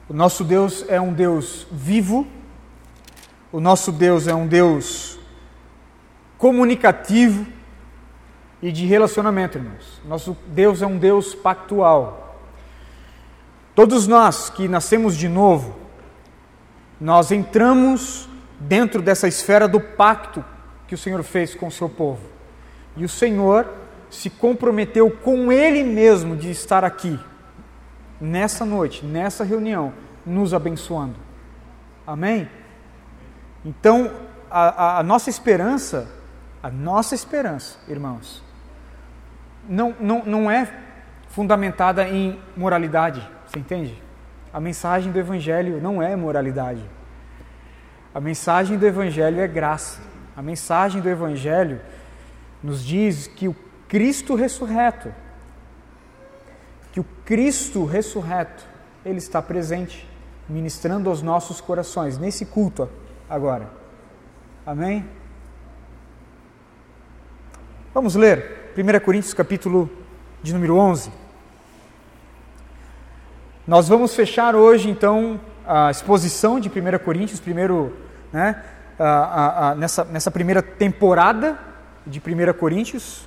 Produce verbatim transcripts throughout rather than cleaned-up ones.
O nosso Deus é um Deus vivo, o nosso Deus é um Deus comunicativo e de relacionamento, irmãos. Nosso Deus é um Deus pactual. Todos nós que nascemos de novo, nós entramos dentro dessa esfera do pacto que o Senhor fez com o seu povo. E o Senhor se comprometeu com Ele mesmo de estar aqui, nessa noite, nessa reunião, nos abençoando. Amém? Então, a, a, a nossa esperança, a nossa esperança, irmãos, não, não, não é fundamentada em moralidade, você entende? A mensagem do Evangelho não é moralidade. A mensagem do Evangelho é graça. A mensagem do Evangelho nos diz que o Cristo ressurreto, que o Cristo ressurreto, Ele está presente, ministrando aos nossos corações, nesse culto agora. Amém? Vamos ler primeira Coríntios capítulo de número onze. Nós vamos fechar hoje, então, a exposição de primeira Coríntios, primeiro, né, a, a, a, nessa, nessa primeira temporada de primeira Coríntios,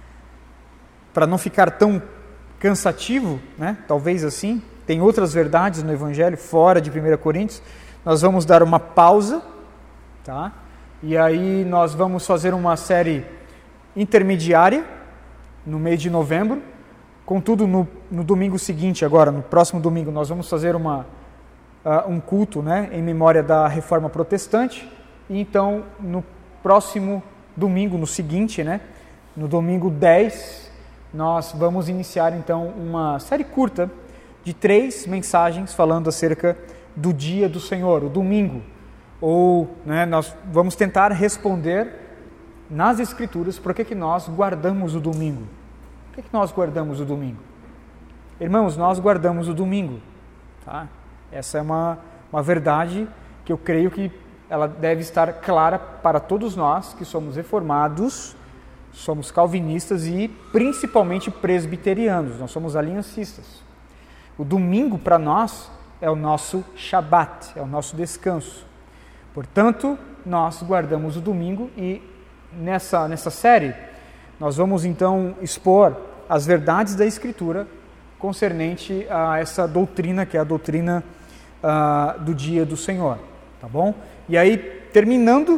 para não ficar tão cansativo, né, talvez assim, tem outras verdades no Evangelho fora de primeira Coríntios, nós vamos dar uma pausa, tá? E aí nós vamos fazer uma série intermediária no mês de novembro. Contudo, no, no domingo seguinte, agora, no próximo domingo, nós vamos fazer uma, uh, um culto, né, em memória da Reforma Protestante. E então, no próximo domingo, no seguinte, né, no domingo dez, nós vamos iniciar então uma série curta de três mensagens falando acerca do dia do Senhor, o domingo. Ou, né, nós vamos tentar responder nas Escrituras por que que nós guardamos o domingo. Por que que nós guardamos o domingo? Irmãos, nós guardamos o domingo. Tá? Essa é uma, uma verdade que eu creio que ela deve estar clara para todos nós que somos reformados, somos calvinistas e principalmente presbiterianos. Nós somos aliancistas. O domingo para nós é o nosso Shabat, é o nosso descanso. Portanto, nós guardamos o domingo e nessa, nessa série nós vamos então expor as verdades da Escritura concernente a essa doutrina, que é a doutrina uh, do dia do Senhor, tá bom? E aí, terminando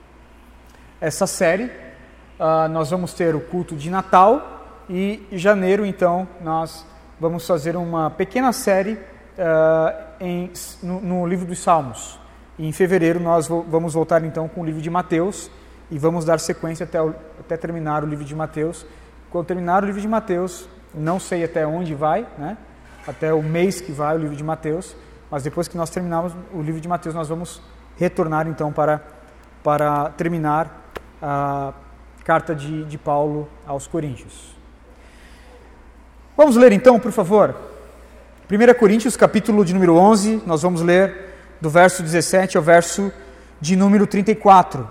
essa série, uh, nós vamos ter o culto de Natal e em janeiro, então, nós vamos fazer uma pequena série uh, em, no, no livro dos Salmos. E em fevereiro nós vo- vamos voltar então com o livro de Mateus, e vamos dar sequência até, o, até terminar o livro de Mateus. Quando terminar o livro de Mateus, não sei até onde vai, né? Até o mês que vai o livro de Mateus, mas depois que nós terminarmos o livro de Mateus, nós vamos retornar então para, para terminar a carta de, de Paulo aos Coríntios. Vamos ler então, por favor, primeira Coríntios, capítulo de número onze, nós vamos ler do verso dezessete ao verso de número trinta e quatro.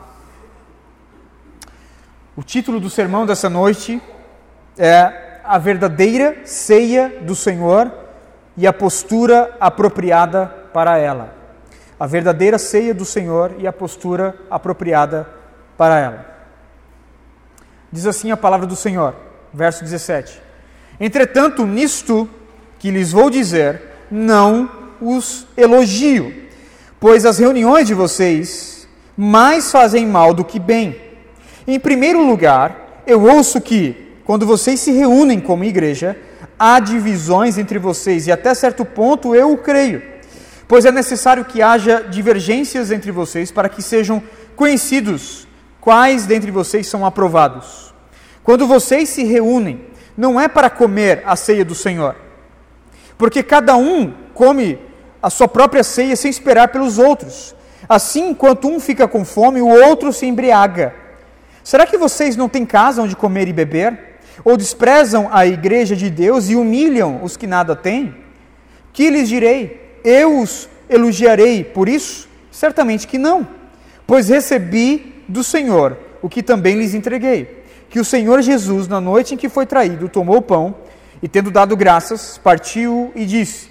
O título do sermão dessa noite é A Verdadeira Ceia do Senhor e a Postura Apropriada para ela. A verdadeira ceia do Senhor e a postura apropriada para ela. Diz assim a palavra do Senhor, verso dezessete. Entretanto, nisto que lhes vou dizer, não os elogio, pois as reuniões de vocês mais fazem mal do que bem. Em primeiro lugar, eu ouço que, quando vocês se reúnem como igreja, há divisões entre vocês, e até certo ponto eu o creio, pois é necessário que haja divergências entre vocês para que sejam conhecidos quais dentre vocês são aprovados. Quando vocês se reúnem, não é para comer a ceia do Senhor, porque cada um come a sua própria ceia sem esperar pelos outros. Assim, enquanto um fica com fome, o outro se embriaga. Será que vocês não têm casa onde comer e beber? Ou desprezam a igreja de Deus e humilham os que nada têm? Que lhes direi? Eu os elogiarei por isso? Certamente que não. Pois recebi do Senhor o que também lhes entreguei. Que o Senhor Jesus, na noite em que foi traído, tomou o pão e, tendo dado graças, partiu e disse: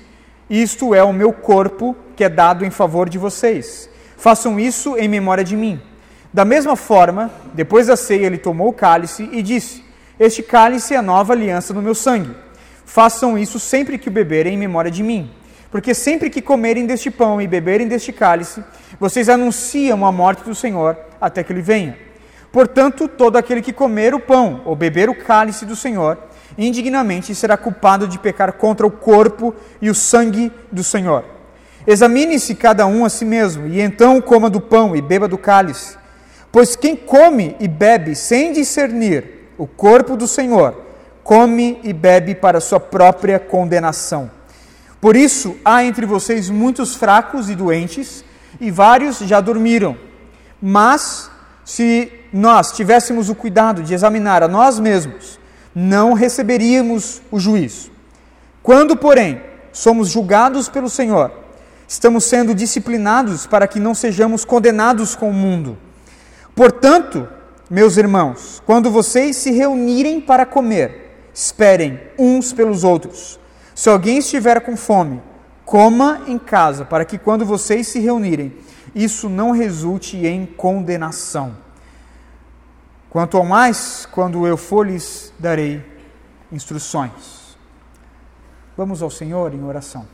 Isto é o meu corpo que é dado em favor de vocês. Façam isso em memória de mim. Da mesma forma, depois da ceia, ele tomou o cálice e disse: este cálice é a nova aliança no meu sangue. Façam isso sempre que o beberem em memória de mim. Porque sempre que comerem deste pão e beberem deste cálice, vocês anunciam a morte do Senhor até que ele venha. Portanto, todo aquele que comer o pão ou beber o cálice do Senhor, indignamente será culpado de pecar contra o corpo e o sangue do Senhor. Examine-se cada um a si mesmo, e então coma do pão e beba do cálice. Pois quem come e bebe sem discernir o corpo do Senhor, come e bebe para sua própria condenação. Por isso, há entre vocês muitos fracos e doentes, e vários já dormiram. Mas, se nós tivéssemos o cuidado de examinar a nós mesmos, não receberíamos o juízo. Quando, porém, somos julgados pelo Senhor, estamos sendo disciplinados para que não sejamos condenados com o mundo. Portanto, meus irmãos, quando vocês se reunirem para comer, esperem uns pelos outros. Se alguém estiver com fome, coma em casa, para que quando vocês se reunirem, isso não resulte em condenação. Quanto ao mais, quando eu for, lhes darei instruções. Vamos ao Senhor em oração.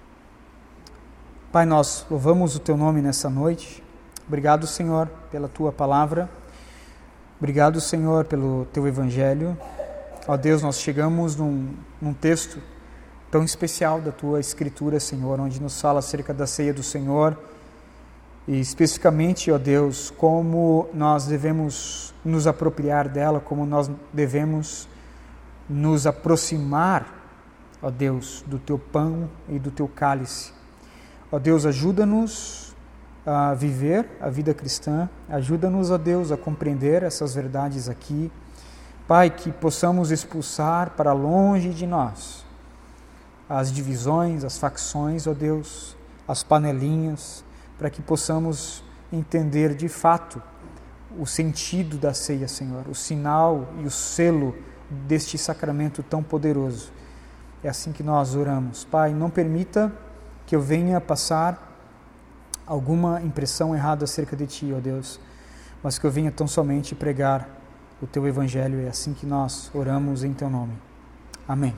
Pai, nós louvamos o Teu nome nessa noite. Obrigado, Senhor, pela Tua palavra. Obrigado, Senhor, pelo Teu Evangelho. Ó Deus, nós chegamos num, num texto tão especial da Tua Escritura, Senhor, onde nos fala acerca da ceia do Senhor e especificamente, ó Deus, como nós devemos nos apropriar dela, como nós devemos nos aproximar, ó Deus, do Teu pão e do Teu cálice. Ó Deus, ajuda-nos a viver a vida cristã, ajuda-nos, ó Deus, a compreender essas verdades aqui. Pai, que possamos expulsar para longe de nós as divisões, as facções, ó Deus, as panelinhas, para que possamos entender de fato o sentido da ceia, Senhor, o sinal e o selo deste sacramento tão poderoso. É assim que nós oramos. Pai, não permita que eu venha passar alguma impressão errada acerca de Ti, ó Deus, mas que eu venha tão somente pregar o Teu Evangelho. É assim que nós oramos em Teu nome. Amém.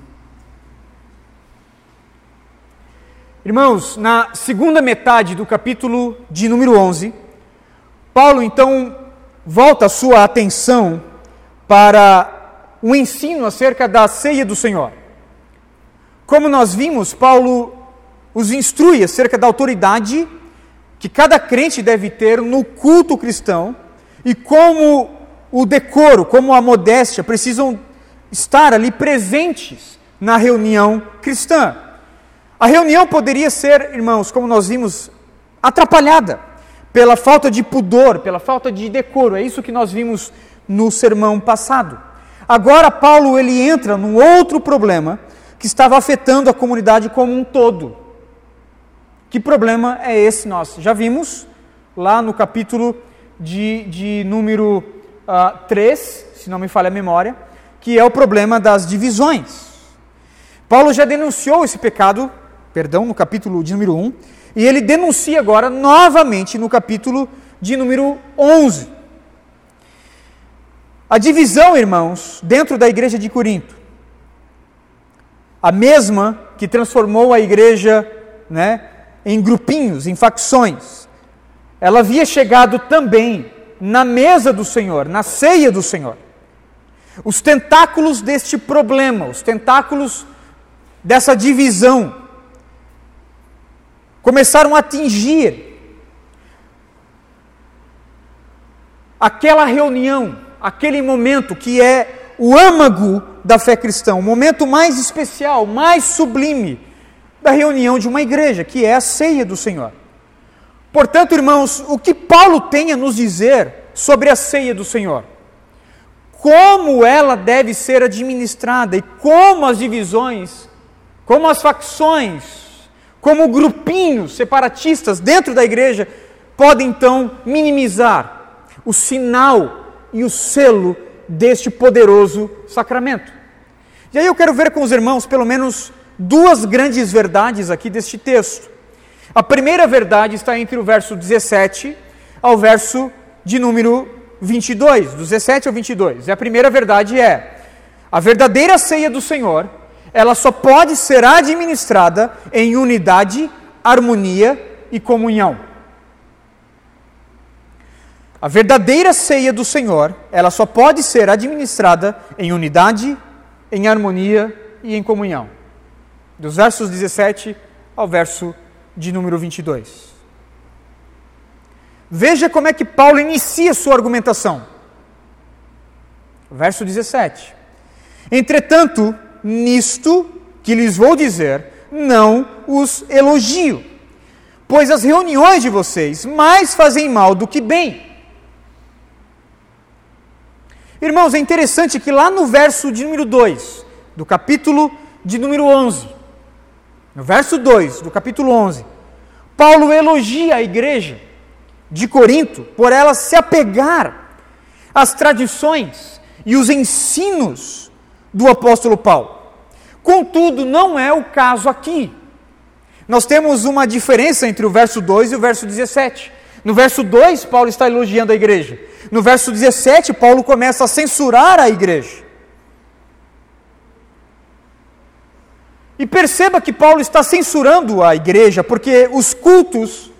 Irmãos, na segunda metade do capítulo de número onze, Paulo então volta a sua atenção para o ensino acerca da ceia do Senhor. Como nós vimos, Paulo os instrui acerca da autoridade que cada crente deve ter no culto cristão e como o decoro, como a modéstia precisam estar ali presentes na reunião cristã. A reunião poderia ser, irmãos, como nós vimos, atrapalhada pela falta de pudor, pela falta de decoro. É isso que nós vimos no sermão passado. Agora Paulo ele entra num outro problema que estava afetando a comunidade como um todo. Que problema é esse? Nós já vimos lá no capítulo de, de número uh, três, se não me falha a memória, que é o problema das divisões. Paulo já denunciou esse pecado, perdão, no capítulo de número um, e ele denuncia agora novamente no capítulo de número onze. A divisão, irmãos, dentro da igreja de Corinto, a mesma que transformou a igreja, né, em grupinhos, em facções, ela havia chegado também na mesa do Senhor, na ceia do Senhor. Os tentáculos deste problema, os tentáculos dessa divisão, começaram a atingir aquela reunião, aquele momento que é o âmago da fé cristã, o momento mais especial, mais sublime da reunião de uma igreja, que é a ceia do Senhor. Portanto, irmãos, o que Paulo tem a nos dizer sobre a ceia do Senhor? Como ela deve ser administrada e como as divisões, como as facções, como grupinhos separatistas dentro da igreja podem então minimizar o sinal e o selo deste poderoso sacramento. E aí eu quero ver com os irmãos pelo menos duas grandes verdades aqui deste texto. A primeira verdade está entre o verso dezessete ao verso de número vinte e dois, do dezessete ao vinte e dois. E a primeira verdade é: a verdadeira ceia do Senhor, ela só pode ser administrada em unidade, harmonia e comunhão. A verdadeira ceia do Senhor, ela só pode ser administrada em unidade, em harmonia e em comunhão. Dos versos dezessete ao verso de número vinte e dois. Veja como é que Paulo inicia sua argumentação. Verso dezessete. Entretanto, nisto que lhes vou dizer, não os elogio, pois as reuniões de vocês mais fazem mal do que bem. Irmãos, é interessante que lá no verso de número dois, do capítulo de número onze, no verso dois do capítulo onze, Paulo elogia a igreja de Corinto por ela se apegar às tradições e os ensinos do apóstolo Paulo. Contudo, não é o caso aqui. Nós temos uma diferença entre o verso dois e o verso dezessete. No verso dois, Paulo está elogiando a igreja. No verso dezessete, Paulo começa a censurar a igreja. E perceba que Paulo está censurando a igreja, porque os cultos,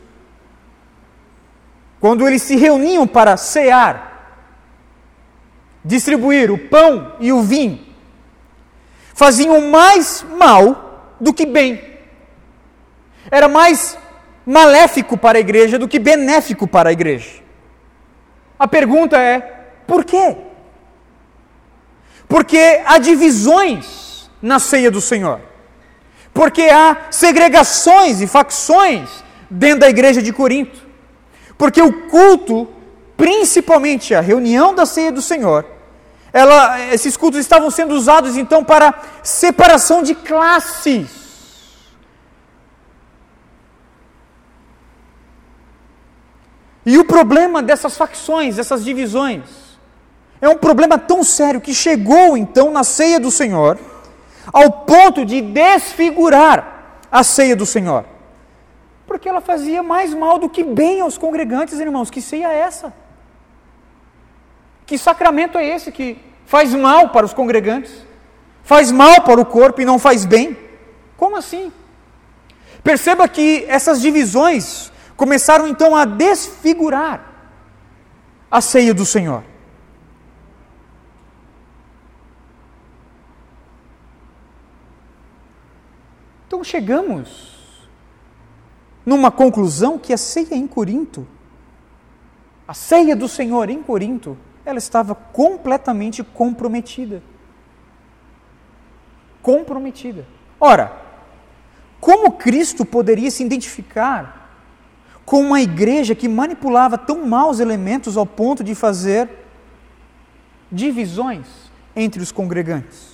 quando eles se reuniam para cear, distribuir o pão e o vinho, faziam mais mal do que bem. Era mais maléfico para a igreja do que benéfico para a igreja. A pergunta é, por quê? Porque há divisões na ceia do Senhor. Porque há segregações e facções dentro da igreja de Corinto. Porque o culto, principalmente a reunião da ceia do Senhor, ela, esses cultos estavam sendo usados então para separação de classes. E o problema dessas facções, dessas divisões, é um problema tão sério que chegou então na ceia do Senhor, ao ponto de desfigurar a ceia do Senhor. Porque ela fazia mais mal do que bem aos congregantes, irmãos. Que ceia é essa? Que sacramento é esse que faz mal para os congregantes? Faz mal para o corpo e não faz bem? Como assim? Perceba que essas divisões começaram então a desfigurar a ceia do Senhor. Então chegamos numa conclusão que a ceia em Corinto, a ceia do Senhor em Corinto, ela estava completamente comprometida. Comprometida. Ora, como Cristo poderia se identificar com uma igreja que manipulava tão maus elementos ao ponto de fazer divisões entre os congregantes?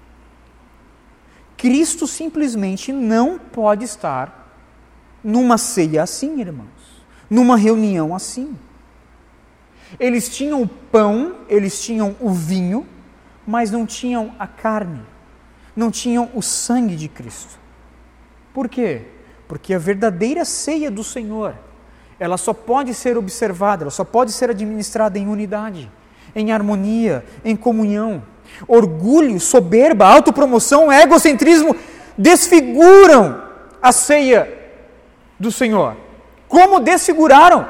Cristo simplesmente não pode estar numa ceia assim, irmãos, numa reunião assim. Eles tinham o pão, eles tinham o vinho, mas não tinham a carne, não tinham o sangue de Cristo. Por quê? Porque a verdadeira ceia do Senhor, ela só pode ser observada, ela só pode ser administrada em unidade, em harmonia, em comunhão. Orgulho, soberba, autopromoção, egocentrismo desfiguram a ceia do Senhor. Como desfiguraram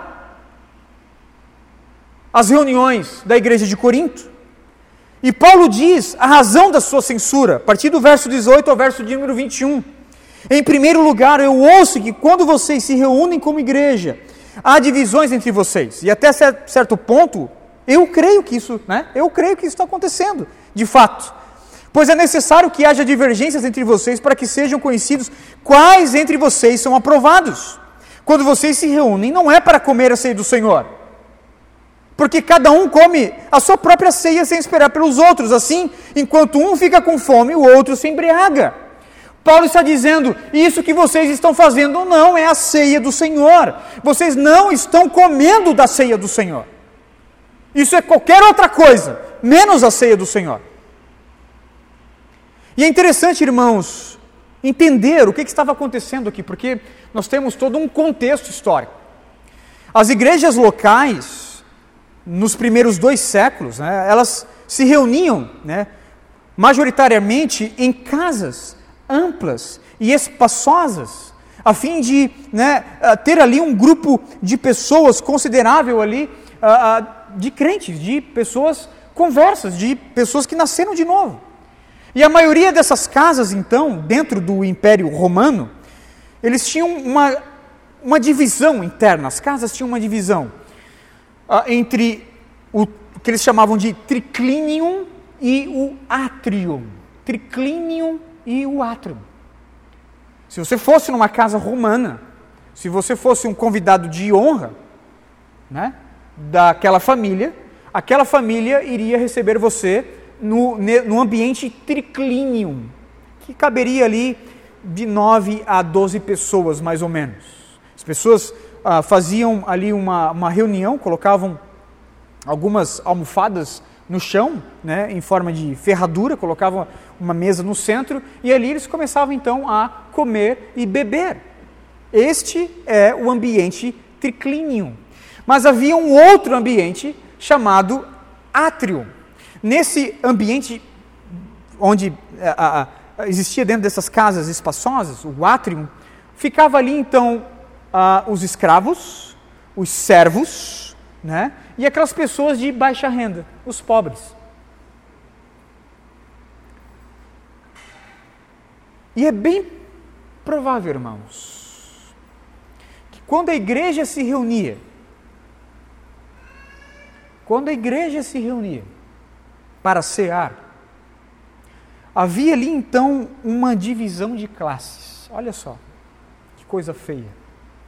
as reuniões da igreja de Corinto. E Paulo diz a razão da sua censura, a partir do verso dezoito ao verso de número vinte e um. Em primeiro lugar, eu ouço que quando vocês se reúnem como igreja, há divisões entre vocês. E até certo ponto, eu creio que isso, né? Eu creio que isso está acontecendo, de fato. Pois é necessário que haja divergências entre vocês para que sejam conhecidos quais entre vocês são aprovados. Quando vocês se reúnem, não é para comer a ceia do Senhor. Porque cada um come a sua própria ceia sem esperar pelos outros. Assim, enquanto um fica com fome, o outro se embriaga. Paulo está dizendo, isso que vocês estão fazendo não é a ceia do Senhor. Vocês não estão comendo da ceia do Senhor. Isso é qualquer outra coisa, menos a ceia do Senhor. E é interessante, irmãos, entender o que, que estava acontecendo aqui, porque nós temos todo um contexto histórico. As igrejas locais, nos primeiros dois séculos, né, elas se reuniam, né, majoritariamente em casas amplas e espaçosas, a fim de, né, ter ali um grupo de pessoas considerável ali, de crentes, de pessoas conversas, de pessoas que nasceram de novo. E a maioria dessas casas, então, dentro do Império Romano, eles tinham uma, uma divisão interna, as casas tinham uma divisão uh, entre o que eles chamavam de triclinium e o atrium. Triclinium e o atrium. Se você fosse numa casa romana, se você fosse um convidado de honra, né, daquela família, aquela família iria receber você no, no ambiente triclinium, que caberia ali de nove a doze pessoas, mais ou menos. As pessoas ah, faziam ali uma, uma reunião, colocavam algumas almofadas no chão, né, em forma de ferradura, colocavam uma mesa no centro, e ali eles começavam então a comer e beber. Este é o ambiente triclinium. Mas havia um outro ambiente chamado átrio. Nesse ambiente onde a, a, existia dentro dessas casas espaçosas, o átrio, ficava ali então a, os escravos, os servos, né, e aquelas pessoas de baixa renda, os pobres. E é bem provável, irmãos, que quando a igreja se reunia, quando a igreja se reunia para cear, havia ali então uma divisão de classes. Olha só, que coisa feia.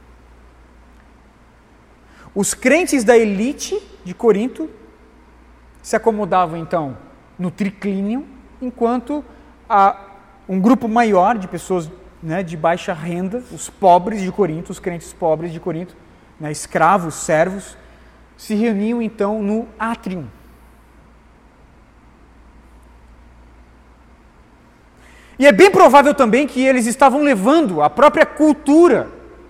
Os crentes da elite de Corinto se acomodavam então no triclínio, enquanto a, um grupo maior de pessoas, né, de baixa renda, os pobres de Corinto, os crentes pobres de Corinto, né, escravos, servos, se reuniam então no átrium. E é bem provável também que eles estavam levando a própria cultura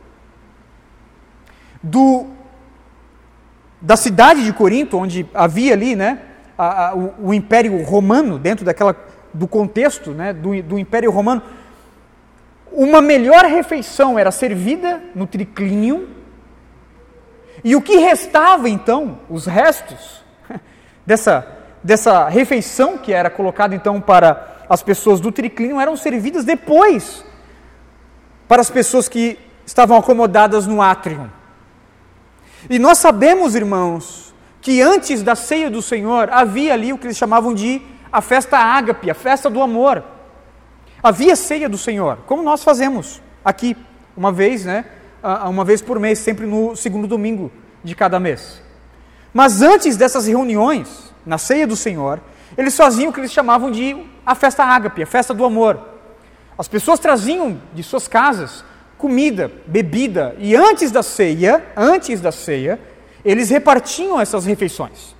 do, da cidade de Corinto, onde havia ali, né, a, a, o, o Império Romano, dentro daquela, do contexto, né, do, do Império Romano. Uma melhor refeição era servida no triclínio, e o que restava então, os restos dessa, dessa refeição que era colocada então para as pessoas do triclínio, eram servidas depois para as pessoas que estavam acomodadas no átrio. E nós sabemos, irmãos, que antes da ceia do Senhor havia ali o que eles chamavam de a festa ágape, a festa do amor. Havia ceia do Senhor, como nós fazemos aqui, uma vez, né? uma vez por mês, sempre no segundo domingo de cada mês. Mas antes dessas reuniões, na ceia do Senhor, eles faziam o que eles chamavam de a festa ágape, a festa do amor. As pessoas traziam de suas casas comida, bebida, e antes da ceia, antes da ceia, eles repartiam essas refeições.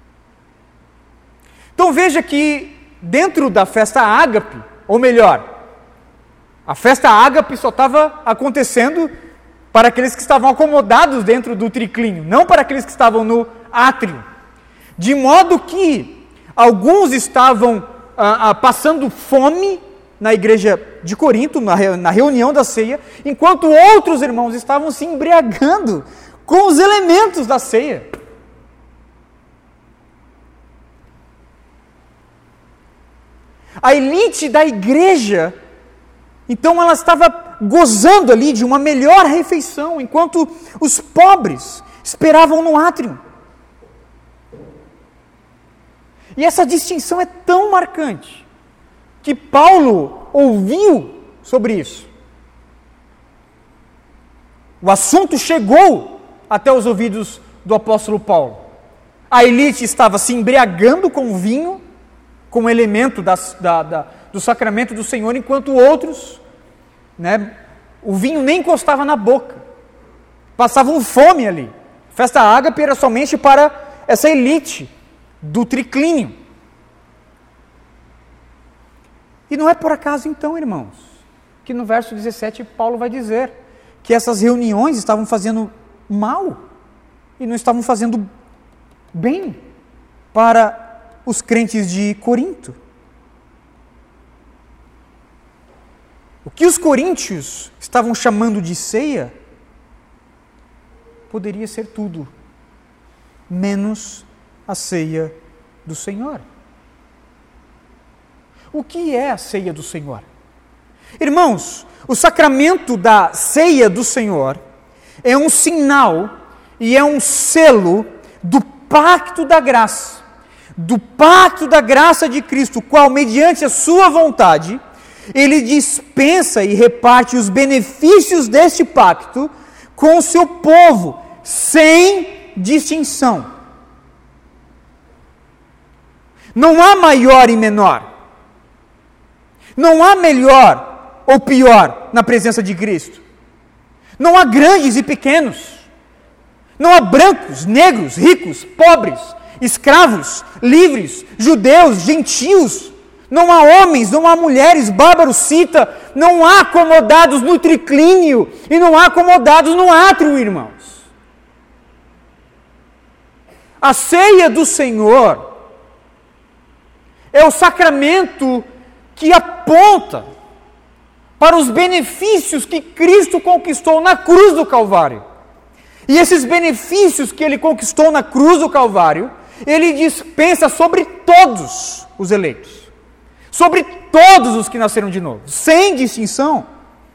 Então veja que dentro da festa ágape, ou melhor, a festa ágape só estava acontecendo para aqueles que estavam acomodados dentro do triclínio, não para aqueles que estavam no átrio. De modo que alguns estavam ah, ah, passando fome na igreja de Corinto, na, na reunião da ceia, enquanto outros irmãos estavam se embriagando com os elementos da ceia. A elite da igreja, então ela estava gozando ali de uma melhor refeição, enquanto os pobres esperavam no átrio. E essa distinção é tão marcante, que Paulo ouviu sobre isso. O assunto chegou até os ouvidos do apóstolo Paulo. A elite estava se embriagando com vinho, com o elemento das, da, da, do sacramento do Senhor, enquanto outros, né, o vinho nem encostava na boca, passavam fome ali. A festa ágape era somente para essa elite do triclínio. E não é por acaso então, irmãos, que no verso dezessete Paulo vai dizer que essas reuniões estavam fazendo mal e não estavam fazendo bem para os crentes de Corinto. O que os coríntios estavam chamando de ceia poderia ser tudo, menos a ceia do Senhor. O que é a ceia do Senhor? Irmãos, o sacramento da ceia do Senhor é um sinal e é um selo do pacto da graça, do pacto da graça de Cristo, qual, mediante a sua vontade, ele dispensa e reparte os benefícios deste pacto com o seu povo, sem distinção. Não há maior e menor. Não há melhor ou pior na presença de Cristo. Não há grandes e pequenos. Não há brancos, negros, ricos, pobres, escravos, livres, judeus, gentios. Não há homens, não há mulheres, bárbaro, cita, não há acomodados no triclínio e não há acomodados no átrio, irmãos. A ceia do Senhor é o sacramento que aponta para os benefícios que Cristo conquistou na cruz do Calvário. E esses benefícios que Ele conquistou na cruz do Calvário, Ele dispensa sobre todos os eleitos. Sobre todos os que nasceram de novo, sem distinção.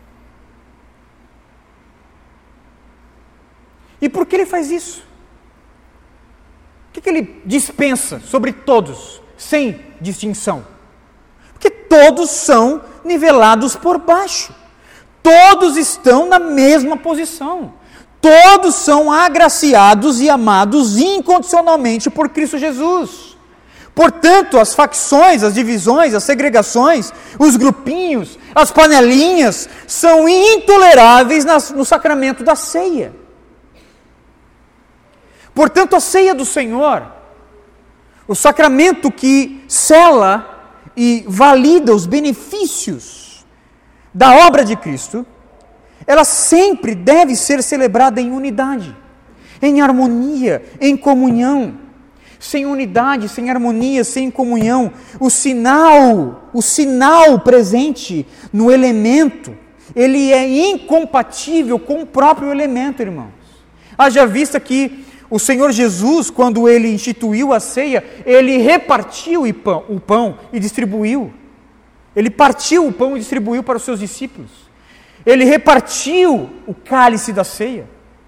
E por que Ele faz isso? Por que, que Ele dispensa sobre todos, sem distinção? Porque todos são nivelados por baixo. Todos estão na mesma posição. Todos são agraciados e amados incondicionalmente por Cristo Jesus. Portanto, as facções, as divisões, as segregações, os grupinhos, as panelinhas, são intoleráveis no sacramento da ceia. Portanto, a ceia do Senhor, o sacramento que sela e valida os benefícios da obra de Cristo, ela sempre deve ser celebrada em unidade, em harmonia, em comunhão. Sem unidade, sem harmonia, sem comunhão, o sinal, o sinal presente no elemento, ele é incompatível com o próprio elemento, irmãos. Haja vista que o Senhor Jesus, quando Ele instituiu a ceia, Ele repartiu o pão, o pão e distribuiu. Ele partiu o pão e distribuiu para os seus discípulos. Ele repartiu o cálice da ceia.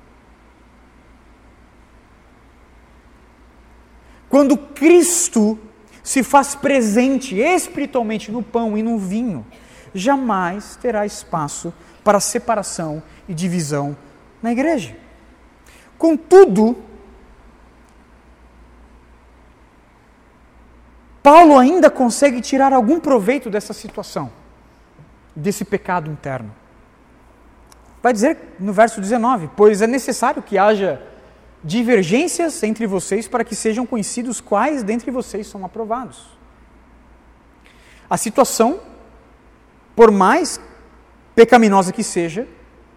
Quando Cristo se faz presente espiritualmente no pão e no vinho, jamais terá espaço para separação e divisão na igreja. Contudo, Paulo ainda consegue tirar algum proveito dessa situação, desse pecado interno. Vai dizer no verso dezenove, pois é necessário que haja divergências entre vocês para que sejam conhecidos quais dentre vocês são aprovados. A situação, por mais pecaminosa que seja,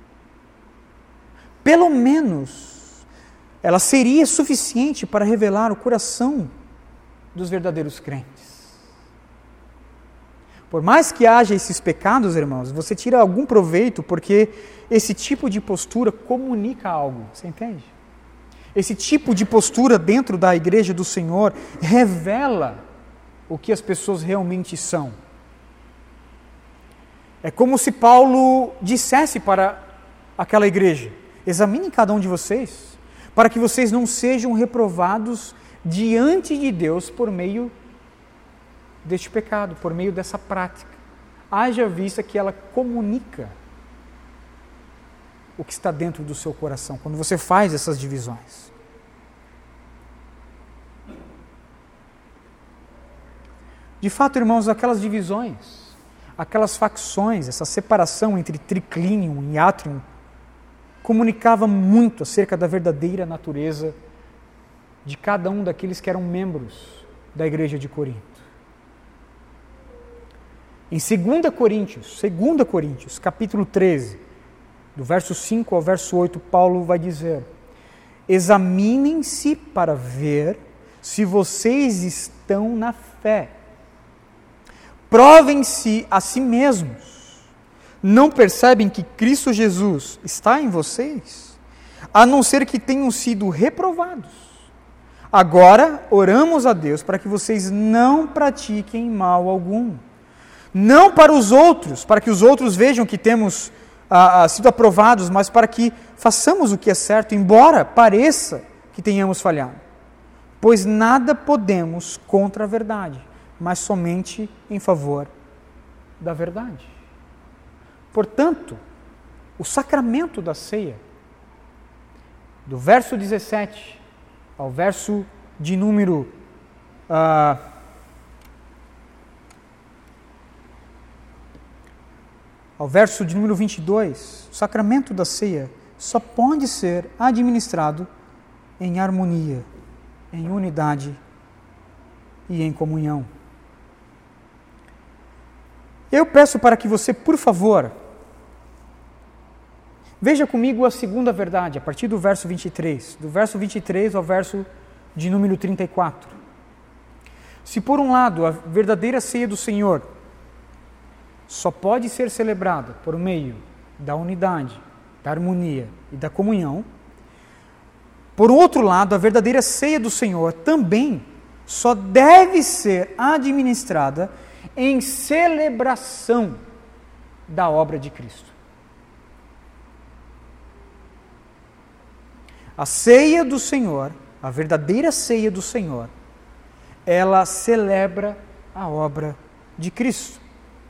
pelo menos ela seria suficiente para revelar o coração dos verdadeiros crentes. Por mais que haja esses pecados, irmãos, você tira algum proveito porque esse tipo de postura comunica algo, você entende? Esse tipo de postura dentro da igreja do Senhor revela o que as pessoas realmente são. É como se Paulo dissesse para aquela igreja: examinem cada um de vocês, para que vocês não sejam reprovados diante de Deus por meio deste pecado, por meio dessa prática. Haja vista que ela comunica o que está dentro do seu coração, quando você faz essas divisões. De fato, irmãos, aquelas divisões, aquelas facções, essa separação entre triclínio e átrium, comunicava muito acerca da verdadeira natureza de cada um daqueles que eram membros da igreja de Corinto. Em segunda Coríntios, segunda Coríntios, capítulo treze, do verso cinco ao verso oito, Paulo vai dizer: examinem-se para ver se vocês estão na fé. Provem-se a si mesmos. Não percebem que Cristo Jesus está em vocês? A não ser que tenham sido reprovados. Agora, oramos a Deus para que vocês não pratiquem mal algum. Não para os outros, para que os outros vejam que temos ah, ah, sido aprovados, mas para que façamos o que é certo, embora pareça que tenhamos falhado. Pois nada podemos contra a verdade, mas somente em favor da verdade. Portanto, o sacramento da ceia, do verso dezessete ao verso de número uh, ao verso de número vinte e dois, o sacramento da ceia só pode ser administrado em harmonia, em unidade e em comunhão. Eu peço para que você, por favor, veja comigo a segunda verdade, a partir do verso vinte e três, do verso vinte e três ao verso de número trinta e quatro. Se por um lado a verdadeira ceia do Senhor só pode ser celebrada por meio da unidade, da harmonia e da comunhão, por outro lado, a verdadeira ceia do Senhor também só deve ser administrada em celebração da obra de Cristo. A ceia do Senhor, a verdadeira ceia do Senhor, ela celebra a obra de Cristo.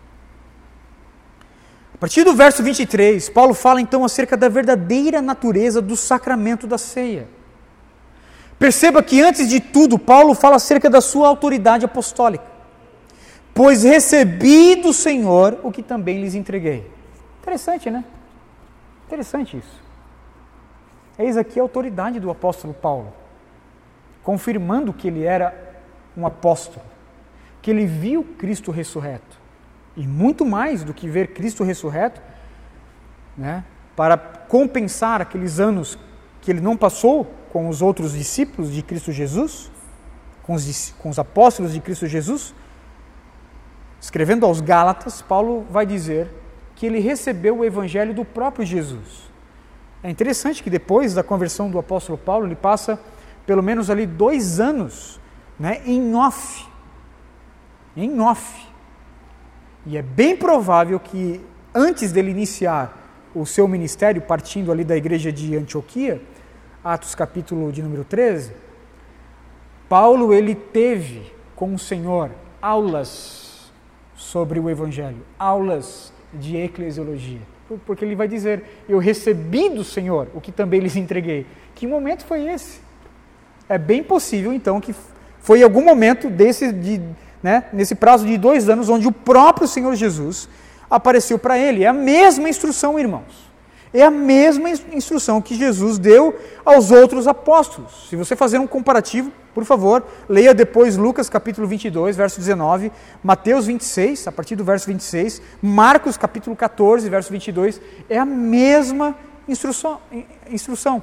A partir do verso vinte e três, Paulo fala então acerca da verdadeira natureza do sacramento da ceia. Perceba que antes de tudo, Paulo fala acerca da sua autoridade apostólica. Pois recebi do Senhor o que também lhes entreguei. Interessante, né? Interessante isso. Eis aqui a autoridade do apóstolo Paulo, confirmando que ele era um apóstolo, que ele viu Cristo ressurreto. E muito mais do que ver Cristo ressurreto, né, para compensar aqueles anos que ele não passou com os outros discípulos de Cristo Jesus, com os, com os apóstolos de Cristo Jesus, escrevendo aos Gálatas, Paulo vai dizer que ele recebeu o evangelho do próprio Jesus. É interessante que depois da conversão do apóstolo Paulo, ele passa pelo menos ali dois anos, né, em off, em off. E é bem provável que antes dele iniciar o seu ministério, partindo ali da igreja de Antioquia, Atos capítulo de número treze, Paulo ele teve com o Senhor aulas sobre o Evangelho, aulas de eclesiologia, porque ele vai dizer, eu recebi do Senhor o que também lhes entreguei. Que momento foi esse? É bem possível então que foi em algum momento desse, de, né, nesse prazo de dois anos, onde o próprio Senhor Jesus apareceu para ele. É a mesma instrução, irmãos. É a mesma instrução que Jesus deu aos outros apóstolos. Se você fazer um comparativo, por favor, leia depois Lucas capítulo vinte e dois, verso dezenove, Mateus vinte e seis, a partir do verso vinte e seis, Marcos capítulo catorze, verso vinte e dois, é a mesma instrução. instrução.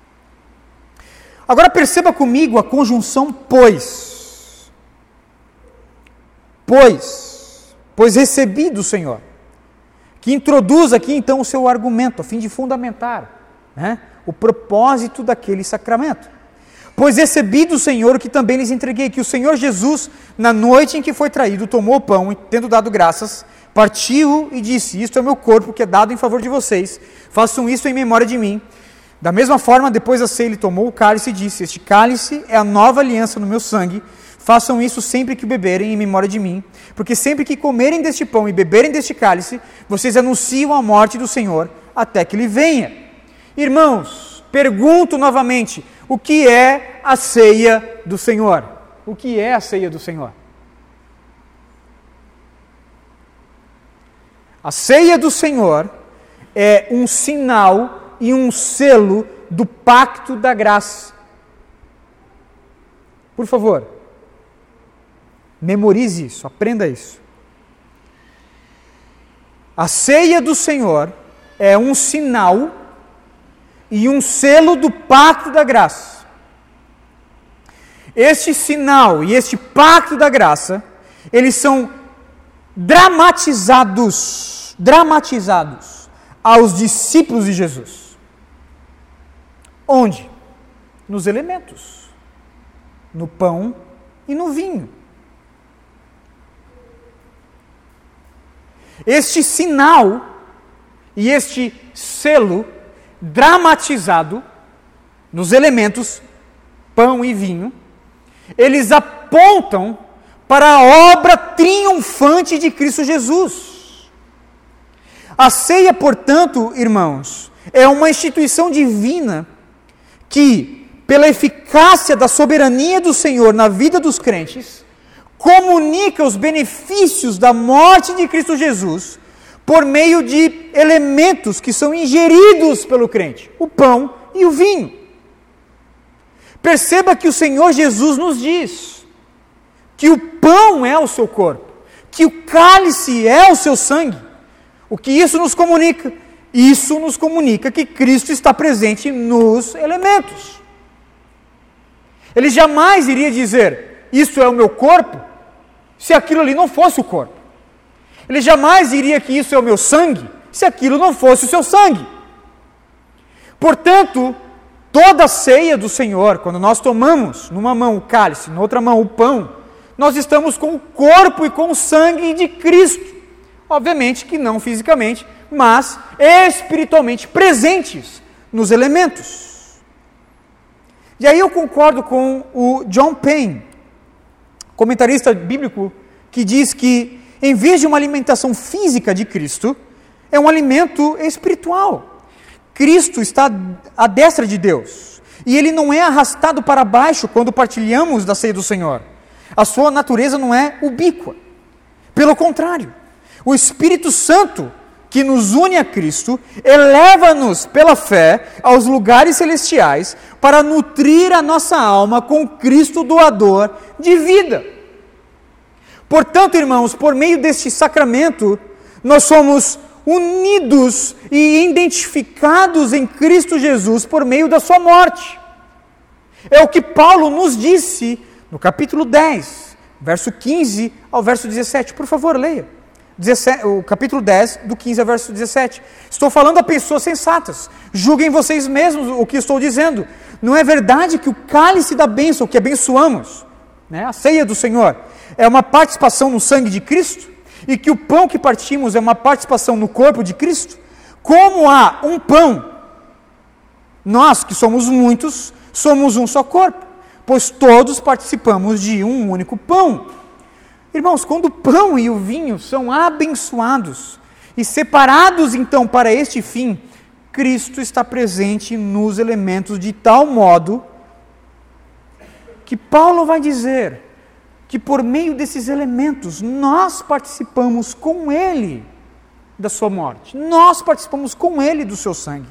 Agora perceba comigo a conjunção pois. Pois, pois recebi do Senhor. Que introduz aqui então o seu argumento, a fim de fundamentar, né, o propósito daquele sacramento. Pois recebi do Senhor o que também lhes entreguei, que o Senhor Jesus, na noite em que foi traído, tomou o pão e, tendo dado graças, partiu e disse, isto é o meu corpo que é dado em favor de vocês, façam isso em memória de mim. Da mesma forma, depois da ceia, ele tomou o cálice e disse, este cálice é a nova aliança no meu sangue, façam isso sempre que o beberem em memória de mim, porque sempre que comerem deste pão e beberem deste cálice, vocês anunciam a morte do Senhor até que ele venha. Irmãos, pergunto novamente, o que é a ceia do Senhor? O que é a ceia do Senhor? A ceia do Senhor é um sinal e um selo do pacto da graça. Por favor, memorize isso, aprenda isso. A ceia do Senhor é um sinal e um selo do pacto da graça. Este sinal e este pacto da graça, eles são dramatizados, dramatizados aos discípulos de Jesus. Onde? Nos elementos, no pão e no vinho. Este sinal e este selo dramatizado nos elementos, pão e vinho, eles apontam para a obra triunfante de Cristo Jesus. A ceia, portanto, irmãos, é uma instituição divina que, pela eficácia da soberania do Senhor na vida dos crentes, comunica os benefícios da morte de Cristo Jesus por meio de elementos que são ingeridos pelo crente, o pão e o vinho. Perceba que o Senhor Jesus nos diz que o pão é o seu corpo, que o cálice é o seu sangue. O que isso nos comunica? Isso nos comunica que Cristo está presente nos elementos. Ele jamais iria dizer, isso é o meu corpo, se aquilo ali não fosse o corpo. Ele jamais diria que isso é o meu sangue, se aquilo não fosse o seu sangue. Portanto, toda a ceia do Senhor, quando nós tomamos numa mão o cálice, na outra mão o pão, nós estamos com o corpo e com o sangue de Cristo. Obviamente que não fisicamente, mas espiritualmente presentes nos elementos. E aí eu concordo com o John Payne, comentarista bíblico, que diz que, em vez de uma alimentação física de Cristo, é um alimento espiritual. Cristo está à destra de Deus, e Ele não é arrastado para baixo quando partilhamos da ceia do Senhor. A sua natureza não é ubíqua. Pelo contrário, o Espírito Santo, que nos une a Cristo, eleva-nos pela fé aos lugares celestiais para nutrir a nossa alma com Cristo doador de vida. Portanto, irmãos, por meio deste sacramento, nós somos unidos e identificados em Cristo Jesus por meio da sua morte. É o que Paulo nos disse no capítulo dez, verso quinze ao verso dezessete. Por favor, leia. O capítulo dez, do quinze ao verso dezessete. Estou falando a pessoas sensatas. Julguem vocês mesmos o que estou dizendo. Não é verdade que o cálice da bênção, que abençoamos, né, a ceia do Senhor, é uma participação no sangue de Cristo? E que o pão que partimos é uma participação no corpo de Cristo? Como há um pão, nós que somos muitos, somos um só corpo, pois todos participamos de um único pão. Irmãos, quando o pão e o vinho são abençoados e separados então para este fim, Cristo está presente nos elementos de tal modo que Paulo vai dizer que por meio desses elementos nós participamos com Ele da sua morte, nós participamos com Ele do seu sangue.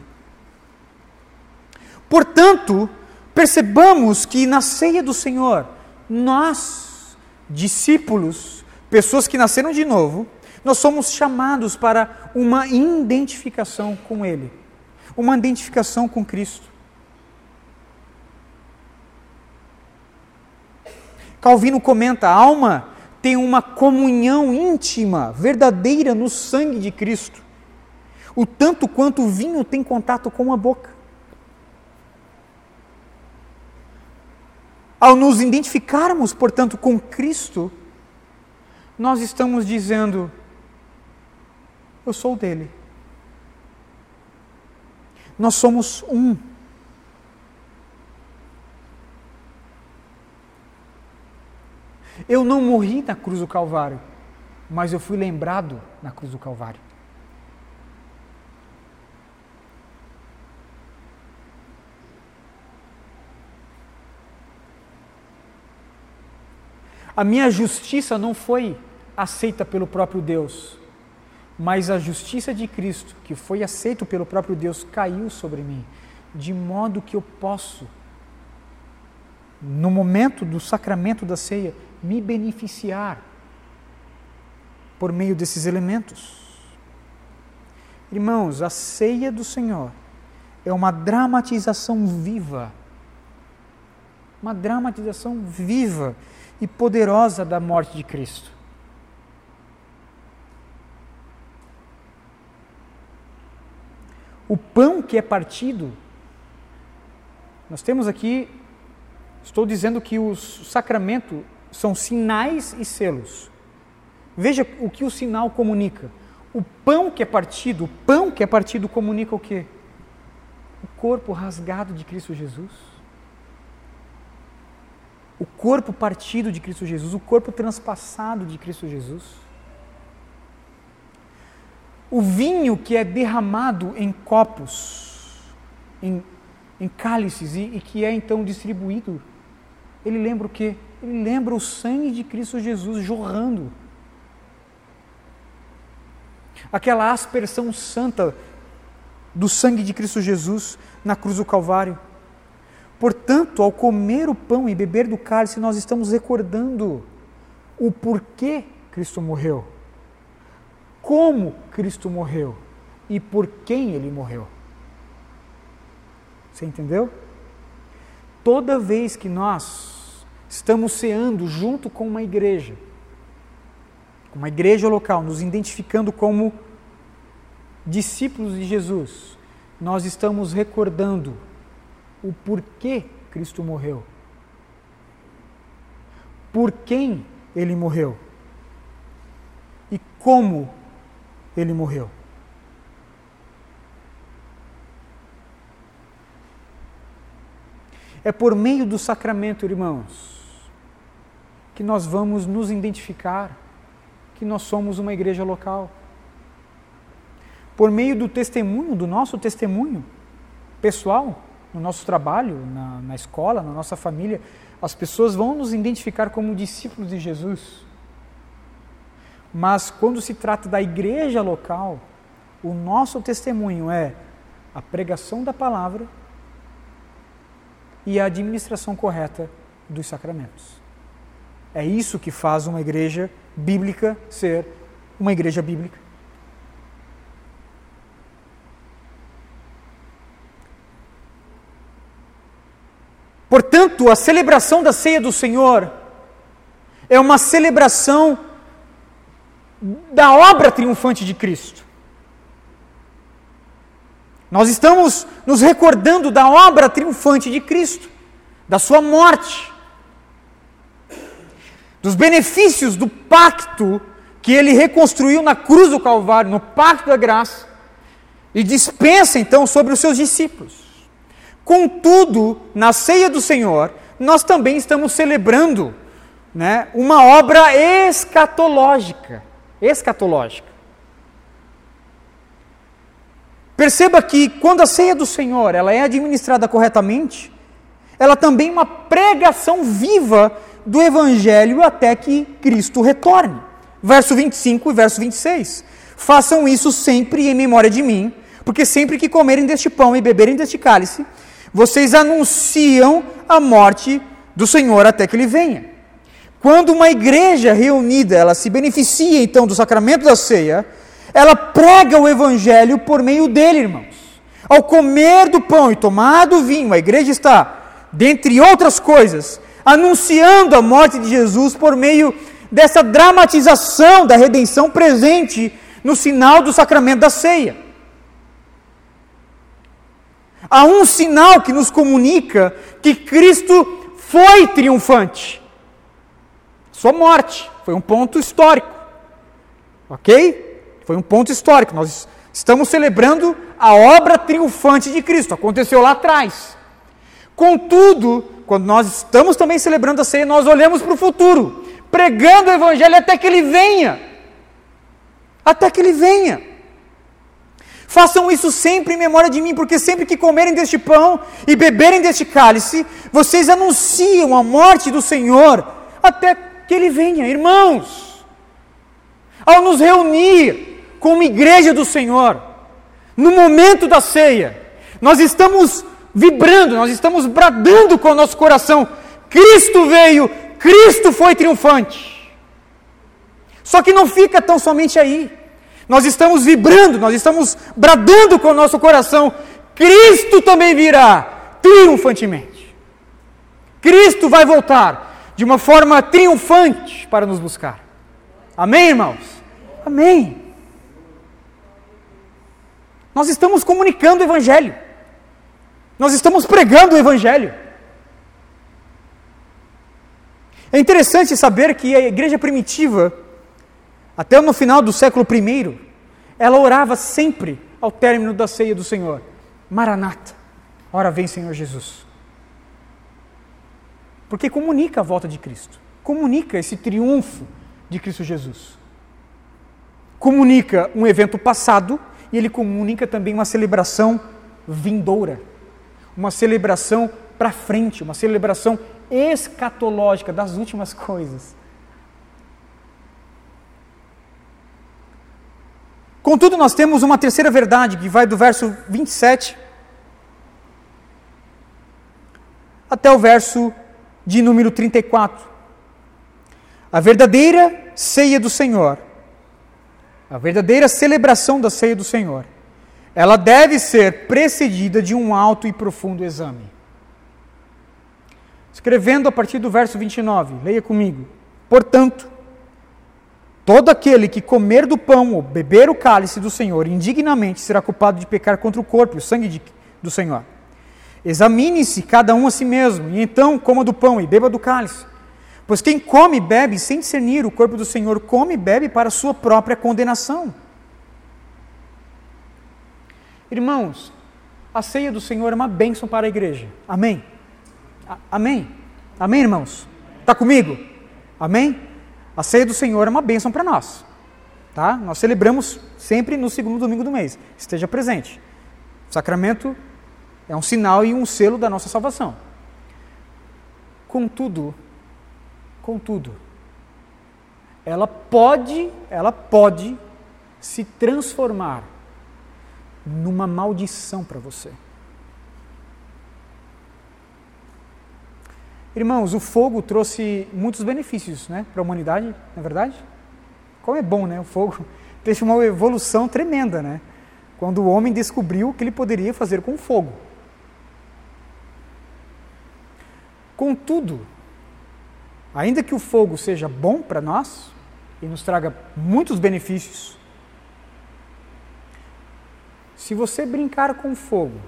Portanto, percebamos que na ceia do Senhor, nós, discípulos, pessoas que nasceram de novo, nós somos chamados para uma identificação com Ele, uma identificação com Cristo. Calvino comenta, a alma tem uma comunhão íntima, verdadeira no sangue de Cristo, o tanto quanto o vinho tem contato com a boca. Ao nos identificarmos, portanto, com Cristo, nós estamos dizendo, eu sou dele. Nós somos um. Eu não morri na cruz do Calvário, mas eu fui lembrado na cruz do Calvário. A minha justiça não foi aceita pelo próprio Deus, mas a justiça de Cristo, que foi aceita pelo próprio Deus, caiu sobre mim, de modo que eu posso, no momento do sacramento da ceia, me beneficiar por meio desses elementos. Irmãos, a ceia do Senhor é uma dramatização viva, uma dramatização viva e poderosa da morte de Cristo. O pão que é partido, nós temos aqui, estou dizendo que os sacramentos são sinais e selos. Veja o que o sinal comunica. O pão que é partido, o pão que é partido comunica o quê? O corpo rasgado de Cristo Jesus. O corpo partido de Cristo Jesus, o corpo transpassado de Cristo Jesus. O vinho que é derramado em copos, em, em cálices e, e que é então distribuído, ele lembra o quê? Ele lembra o sangue de Cristo Jesus jorrando. Aquela aspersão santa do sangue de Cristo Jesus na cruz do Calvário. Portanto, ao comer o pão e beber do cálice, nós estamos recordando o porquê Cristo morreu, como Cristo morreu e por quem Ele morreu. Você entendeu? Toda vez que nós estamos ceando junto com uma igreja, uma igreja local, nos identificando como discípulos de Jesus, nós estamos recordando o porquê Cristo morreu, por quem Ele morreu e como Ele morreu. É por meio do sacramento, irmãos, que nós vamos nos identificar que nós somos uma igreja local. Por meio do testemunho, do nosso testemunho pessoal, no nosso trabalho, na, na escola, na nossa família, as pessoas vão nos identificar como discípulos de Jesus. Mas quando se trata da igreja local, o nosso testemunho é a pregação da palavra e a administração correta dos sacramentos. É isso que faz uma igreja bíblica ser uma igreja bíblica. Portanto, a celebração da ceia do Senhor é uma celebração da obra triunfante de Cristo. Nós estamos nos recordando da obra triunfante de Cristo, da sua morte, dos benefícios do pacto que Ele reconstruiu na cruz do Calvário, no pacto da graça, e dispensa então sobre os seus discípulos. Contudo, na ceia do Senhor, nós também estamos celebrando, né, uma obra escatológica. Escatológica. Perceba que quando a ceia do Senhor ela é administrada corretamente, ela também é uma pregação viva do Evangelho até que Cristo retorne. Verso vinte e cinco e verso vinte e seis. Façam isso sempre em memória de mim, porque sempre que comerem deste pão e beberem deste cálice, vocês anunciam a morte do Senhor até que Ele venha. Quando uma igreja reunida, ela se beneficia então do sacramento da ceia, ela prega o Evangelho por meio dele, irmãos. Ao comer do pão e tomar do vinho, a igreja está, dentre outras coisas, anunciando a morte de Jesus por meio dessa dramatização da redenção presente no sinal do sacramento da ceia. Há um sinal que nos comunica que Cristo foi triunfante. Sua morte foi um ponto histórico. Ok? Foi um ponto histórico. Nós estamos celebrando a obra triunfante de Cristo. Aconteceu lá atrás. Contudo, quando nós estamos também celebrando a ceia, nós olhamos para o futuro, pregando o Evangelho até que Ele venha. Até que Ele venha. Façam isso sempre em memória de mim, porque sempre que comerem deste pão e beberem deste cálice, vocês anunciam a morte do Senhor até que Ele venha. Irmãos, ao nos reunir como igreja do Senhor, no momento da ceia, nós estamos vibrando, nós estamos bradando com o nosso coração: Cristo veio, Cristo foi triunfante. Só que não fica tão somente aí. Nós estamos vibrando, nós estamos bradando com o nosso coração, Cristo também virá triunfantemente. Cristo vai voltar de uma forma triunfante para nos buscar. Amém, irmãos? Amém. Nós estamos comunicando o Evangelho. Nós estamos pregando o Evangelho. É interessante saber que a igreja primitiva, até no final do século primeiro, ela orava sempre ao término da ceia do Senhor: Maranata, ora vem Senhor Jesus. Porque comunica a volta de Cristo, comunica esse triunfo de Cristo Jesus. Comunica um evento passado e ele comunica também uma celebração vindoura, uma celebração para frente, uma celebração escatológica das últimas coisas. Contudo, nós temos uma terceira verdade que vai do verso vinte e sete até o verso de número trinta e quatro. A verdadeira ceia do Senhor, a verdadeira celebração da ceia do Senhor, ela deve ser precedida de um alto e profundo exame. Escrevendo a partir do verso vinte e nove, leia comigo. Portanto, todo aquele que comer do pão ou beber o cálice do Senhor indignamente será culpado de pecar contra o corpo e o sangue de, do Senhor. Examine-se cada um a si mesmo, e então coma do pão e beba do cálice. Pois quem come e bebe sem discernir o corpo do Senhor, come e bebe para a sua própria condenação. Irmãos, a ceia do Senhor é uma bênção para a igreja. Amém? A- Amém? Amém, irmãos? Está comigo? Amém? A ceia do Senhor é uma bênção para nós. Tá? Nós celebramos sempre no segundo domingo do mês. Esteja presente. O sacramento é um sinal e um selo da nossa salvação. Contudo, contudo, ela pode, ela pode se transformar numa maldição para você. Irmãos, o fogo trouxe muitos benefícios, né, para a humanidade, não é verdade? Como é bom, né? O fogo teve uma evolução tremenda, né? Quando o homem descobriu o que ele poderia fazer com o fogo. Contudo, ainda que o fogo seja bom para nós e nos traga muitos benefícios, se você brincar com fogo,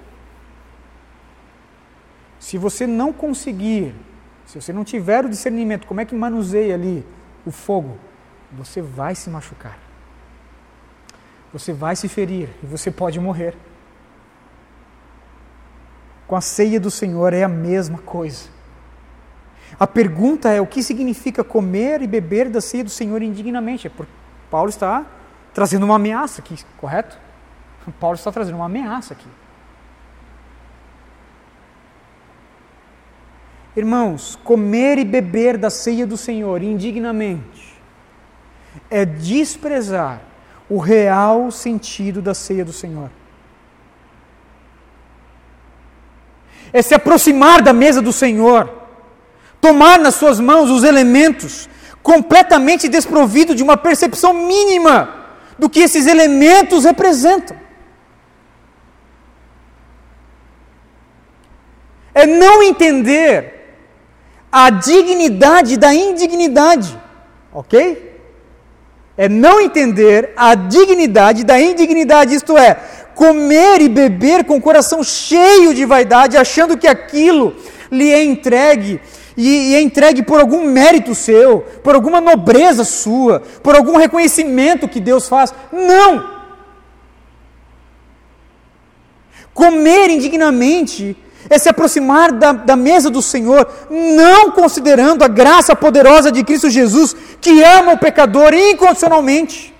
se você não conseguir, se você não tiver o discernimento, como é que manuseia ali o fogo, você vai se machucar. Você vai se ferir e você pode morrer. Com a ceia do Senhor é a mesma coisa. A pergunta é: o que significa comer e beber da ceia do Senhor indignamente? É porque Paulo está trazendo uma ameaça aqui, correto? Paulo está trazendo uma ameaça aqui. Irmãos, comer e beber da ceia do Senhor indignamente é desprezar o real sentido da ceia do Senhor. É se aproximar da mesa do Senhor, tomar nas suas mãos os elementos, completamente desprovido de uma percepção mínima do que esses elementos representam. É não entender a dignidade da indignidade, ok? É não entender a dignidade da indignidade, isto é, comer e beber com o coração cheio de vaidade, achando que aquilo lhe é entregue, e é entregue por algum mérito seu, por alguma nobreza sua, por algum reconhecimento que Deus faz. Não! Comer indignamente é se aproximar da, da mesa do Senhor, não considerando a graça poderosa de Cristo Jesus, que ama o pecador incondicionalmente.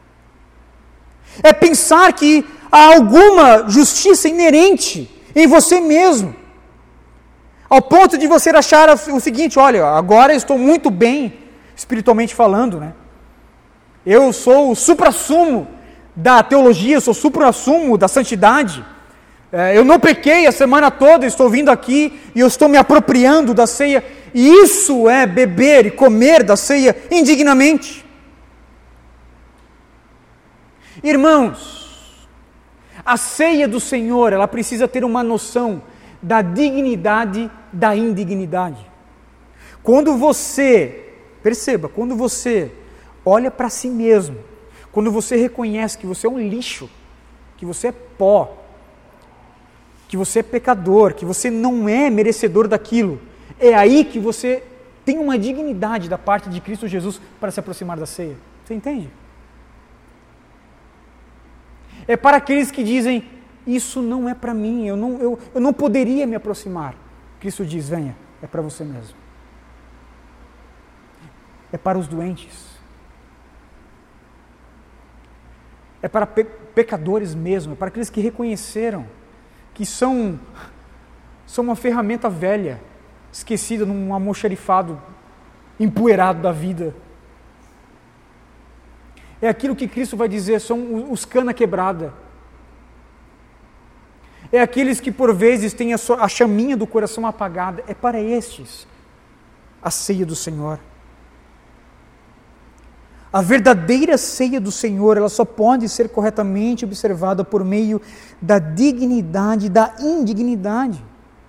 É pensar que há alguma justiça inerente em você mesmo, ao ponto de você achar o seguinte: olha, agora eu estou muito bem, espiritualmente falando, né? Eu sou o suprassumo da teologia, eu sou o suprassumo da santidade. Eu não pequei a semana toda, estou vindo aqui e eu estou me apropriando da ceia. E isso é beber e comer da ceia indignamente. Irmãos, a ceia do Senhor, ela precisa ter uma noção da dignidade da indignidade. Quando você, perceba, quando você olha para si mesmo, quando você reconhece que você é um lixo, que você é pó, que você é pecador, que você não é merecedor daquilo, é aí que você tem uma dignidade da parte de Cristo Jesus para se aproximar da ceia. Você entende? É para aqueles que dizem, isso não é para mim, eu não, eu, eu não poderia me aproximar. Cristo diz, venha, é para você mesmo. É para os doentes. É para pe- pecadores mesmo, é para aqueles que reconheceram que são, são uma ferramenta velha, esquecida num almoxarifado empoeirado da vida. É aquilo que Cristo vai dizer, são os cana quebrada. É aqueles que por vezes têm a, sua, a chaminha do coração apagada. É para estes a ceia do Senhor. A verdadeira ceia do Senhor, ela só pode ser corretamente observada por meio da dignidade, da indignidade.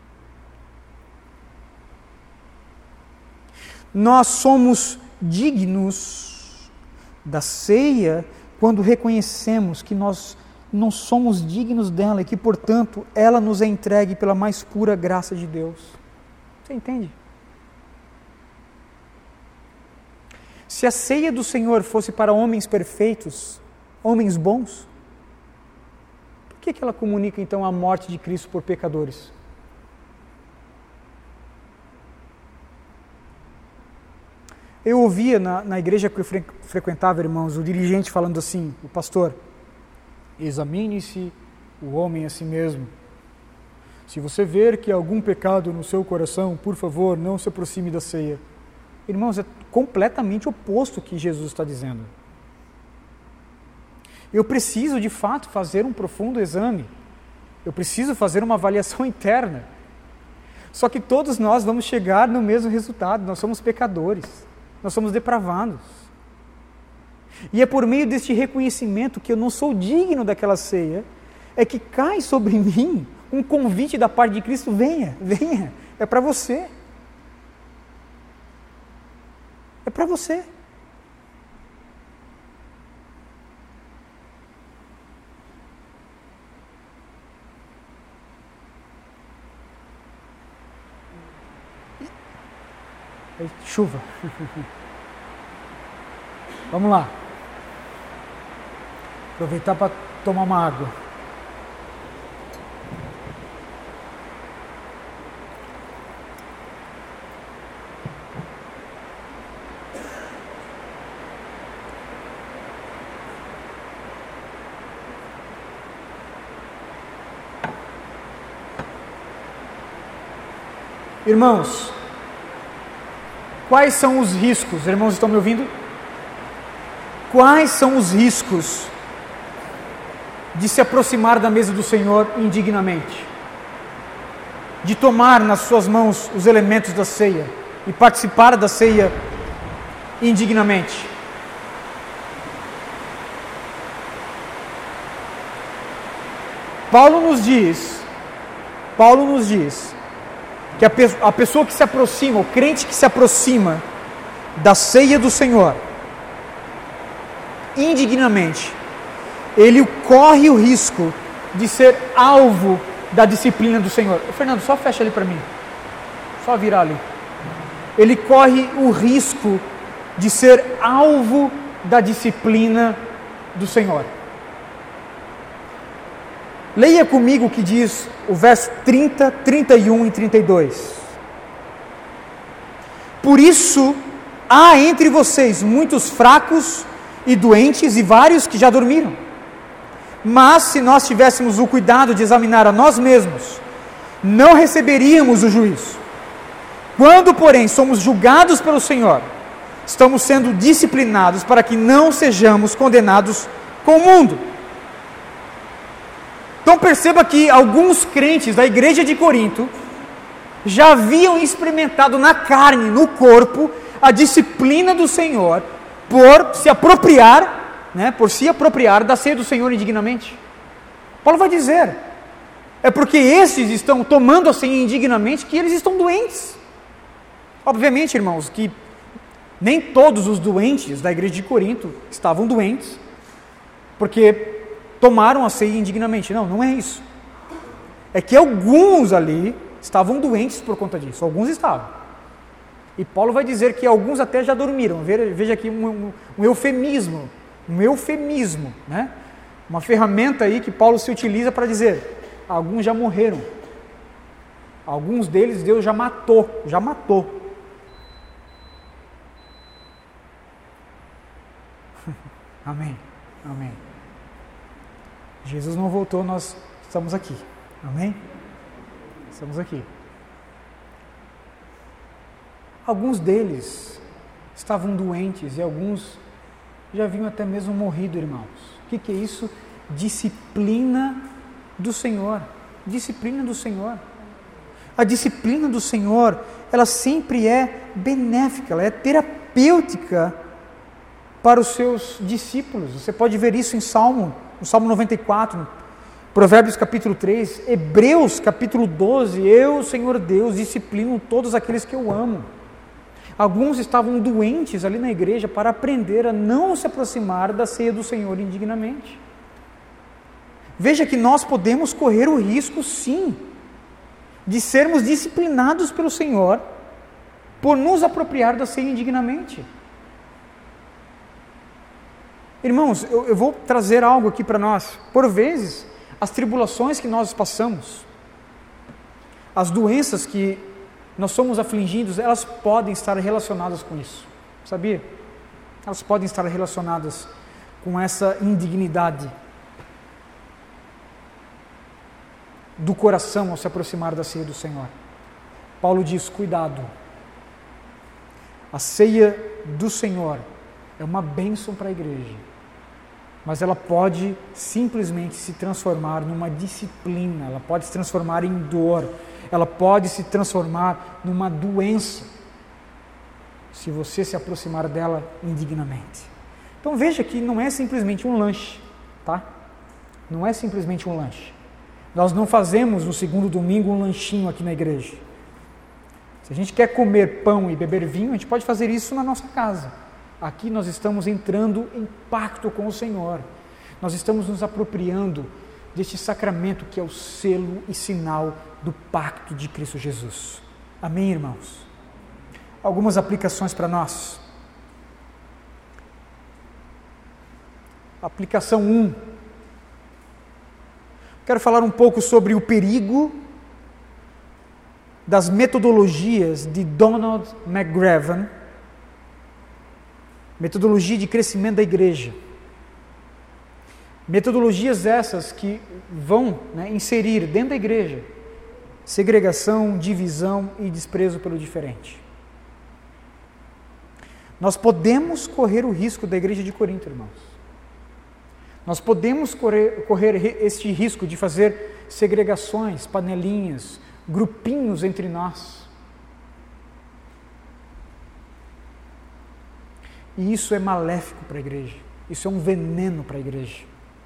Nós somos dignos da ceia quando reconhecemos que nós não somos dignos dela e que, portanto, ela nos é entregue pela mais pura graça de Deus. Você entende? Se a ceia do Senhor fosse para homens perfeitos, homens bons, por que que ela comunica então a morte de Cristo por pecadores? Eu ouvia na, na igreja que eu fre, frequentava, irmãos, o dirigente falando assim, o pastor, examine-se o homem a si mesmo. Se você ver que há algum pecado no seu coração, por favor, não se aproxime da ceia. Irmãos, é completamente oposto ao que Jesus está dizendo. Eu preciso, de fato, fazer um profundo exame. Eu preciso fazer uma avaliação interna. Só que todos nós vamos chegar no mesmo resultado. Nós somos pecadores. Nós somos depravados. E é por meio deste reconhecimento que eu não sou digno daquela ceia, é que cai sobre mim um convite da parte de Cristo, venha, venha, é para você. É para você. Chuva. Vamos lá. Aproveitar para tomar uma água. Irmãos, quais são os riscos? Irmãos, estão me ouvindo? Quais são os riscos de se aproximar da mesa do Senhor indignamente? De tomar nas suas mãos os elementos da ceia e participar da ceia indignamente? Paulo nos diz, Paulo nos diz, que a, pe- a pessoa que se aproxima, o crente que se aproxima da ceia do Senhor, indignamente, ele corre o risco de ser alvo da disciplina do Senhor. Fernando, só fecha ali para mim, só virar ali. Ele corre o risco de ser alvo da disciplina do Senhor. Leia comigo o que diz o verso trinta, trinta e um e trinta e dois. Por isso, há entre vocês muitos fracos e doentes e vários que já dormiram. Mas se nós tivéssemos o cuidado de examinar a nós mesmos, não receberíamos o juízo. Quando, porém, somos julgados pelo Senhor, estamos sendo disciplinados para que não sejamos condenados com o mundo. Então perceba que alguns crentes da igreja de Corinto já haviam experimentado na carne, no corpo, a disciplina do Senhor por se apropriar né, por se apropriar da ceia do Senhor indignamente. Paulo vai dizer, é porque esses estão tomando a ceia indignamente que eles estão doentes. Obviamente, irmãos, que nem todos os doentes da igreja de Corinto estavam doentes, porque tomaram a ceia indignamente. Não, não é isso. É que alguns ali estavam doentes por conta disso, alguns estavam. E Paulo vai dizer que alguns até já dormiram. Veja aqui um, um, um eufemismo, um eufemismo, né? Uma ferramenta aí que Paulo se utiliza para dizer, alguns já morreram. Alguns deles Deus já matou, já matou. Amém, amém. Jesus não voltou, nós estamos aqui. Amém? Estamos aqui. Alguns deles estavam doentes e alguns já haviam até mesmo morrido, irmãos. O que, que é isso? Disciplina do Senhor. Disciplina do Senhor. A disciplina do Senhor, ela sempre é benéfica, ela é terapêutica para os seus discípulos. Você pode ver isso em Salmo, no Salmo noventa e quatro, Provérbios capítulo três, Hebreus capítulo doze, eu, Senhor Deus, disciplino todos aqueles que eu amo. Alguns estavam doentes ali na igreja para aprender a não se aproximar da ceia do Senhor indignamente. Veja que nós podemos correr o risco, sim, de sermos disciplinados pelo Senhor por nos apropriar da ceia indignamente. Irmãos, eu, eu vou trazer algo aqui para nós. Por vezes, as tribulações que nós passamos, as doenças que nós somos afligidos, elas podem estar relacionadas com isso, sabia? Elas podem estar relacionadas com essa indignidade do coração ao se aproximar da ceia do Senhor. Paulo diz, cuidado, a ceia do Senhor é uma bênção para a igreja, mas ela pode simplesmente se transformar numa disciplina, ela pode se transformar em dor, ela pode se transformar numa doença, se você se aproximar dela indignamente. Então veja que não é simplesmente um lanche, tá? Não é simplesmente um lanche. Nós não fazemos no segundo domingo um lanchinho aqui na igreja. Se a gente quer comer pão e beber vinho, a gente pode fazer isso na nossa casa. Aqui nós estamos entrando em pacto com o Senhor. Nós estamos nos apropriando deste sacramento que é o selo e sinal do pacto de Cristo Jesus. Amém, irmãos? Algumas aplicações para nós. Aplicação um. Quero falar um pouco sobre o perigo das metodologias de Donald McGavran, metodologia de crescimento da igreja. Metodologias essas que vão, né, inserir dentro da igreja segregação, divisão e desprezo pelo diferente. Nós podemos correr o risco da igreja de Corinto, irmãos. Nós podemos correr, correr este risco de fazer segregações, panelinhas, grupinhos entre nós. E isso é maléfico para a igreja. Isso é um veneno para a igreja.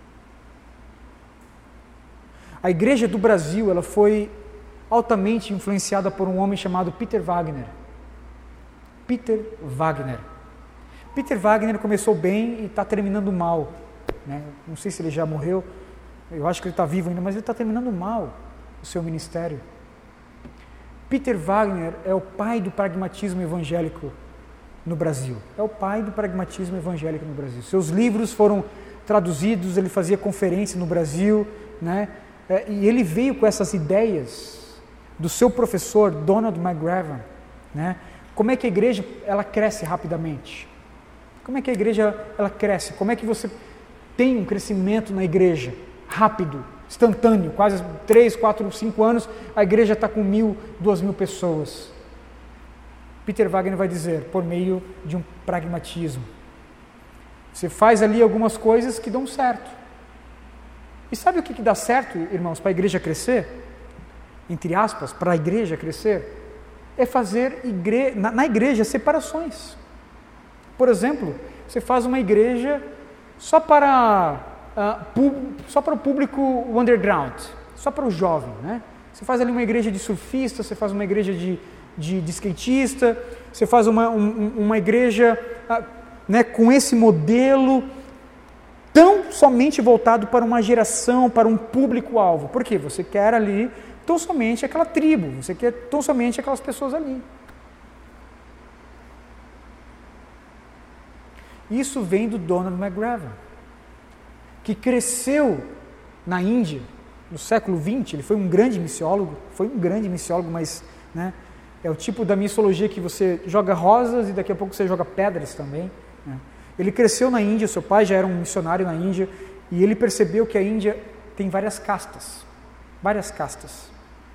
A igreja do Brasil, ela foi altamente influenciada por um homem chamado Peter Wagner. Peter Wagner. Peter Wagner começou bem e está terminando mal. Né? Não sei se ele já morreu, eu acho que ele está vivo ainda, mas ele está terminando mal o seu ministério. Peter Wagner é o pai do pragmatismo evangélico no Brasil. É o pai do pragmatismo evangélico no Brasil. Seus livros foram traduzidos, ele fazia conferência no Brasil, né? É, e ele veio com essas ideias do seu professor, Donald McGavran, né? Como é que a igreja ela cresce rapidamente? Como é que a igreja ela cresce? Como é que você tem um crescimento na igreja rápido, instantâneo, quase três, quatro, cinco anos, a igreja está com mil, duas mil pessoas. Peter Wagner vai dizer, por meio de um pragmatismo. Você faz ali algumas coisas que dão certo. E sabe o que, que dá certo, irmãos, para a igreja crescer? Entre aspas, para a igreja crescer? É fazer igre... na, na igreja separações. Por exemplo, você faz uma igreja só para, uh, pub, só para o público underground, só para o jovem, né? Você faz ali uma igreja de surfista, você faz uma igreja de, de, de skatista, você faz uma, um, uma igreja uh, né, com esse modelo tão somente voltado para uma geração, para um público-alvo. Por quê? Você quer ali tão somente aquela tribo, você quer tão somente aquelas pessoas ali. Isso vem do Donald McGavran, que cresceu na Índia no século vinte. Ele foi um grande missiólogo, foi um grande missiólogo, mas né, é o tipo da missiologia que você joga rosas e daqui a pouco você joga pedras também. Né? Ele cresceu na Índia, seu pai já era um missionário na Índia, e ele percebeu que a Índia tem várias castas, várias castas.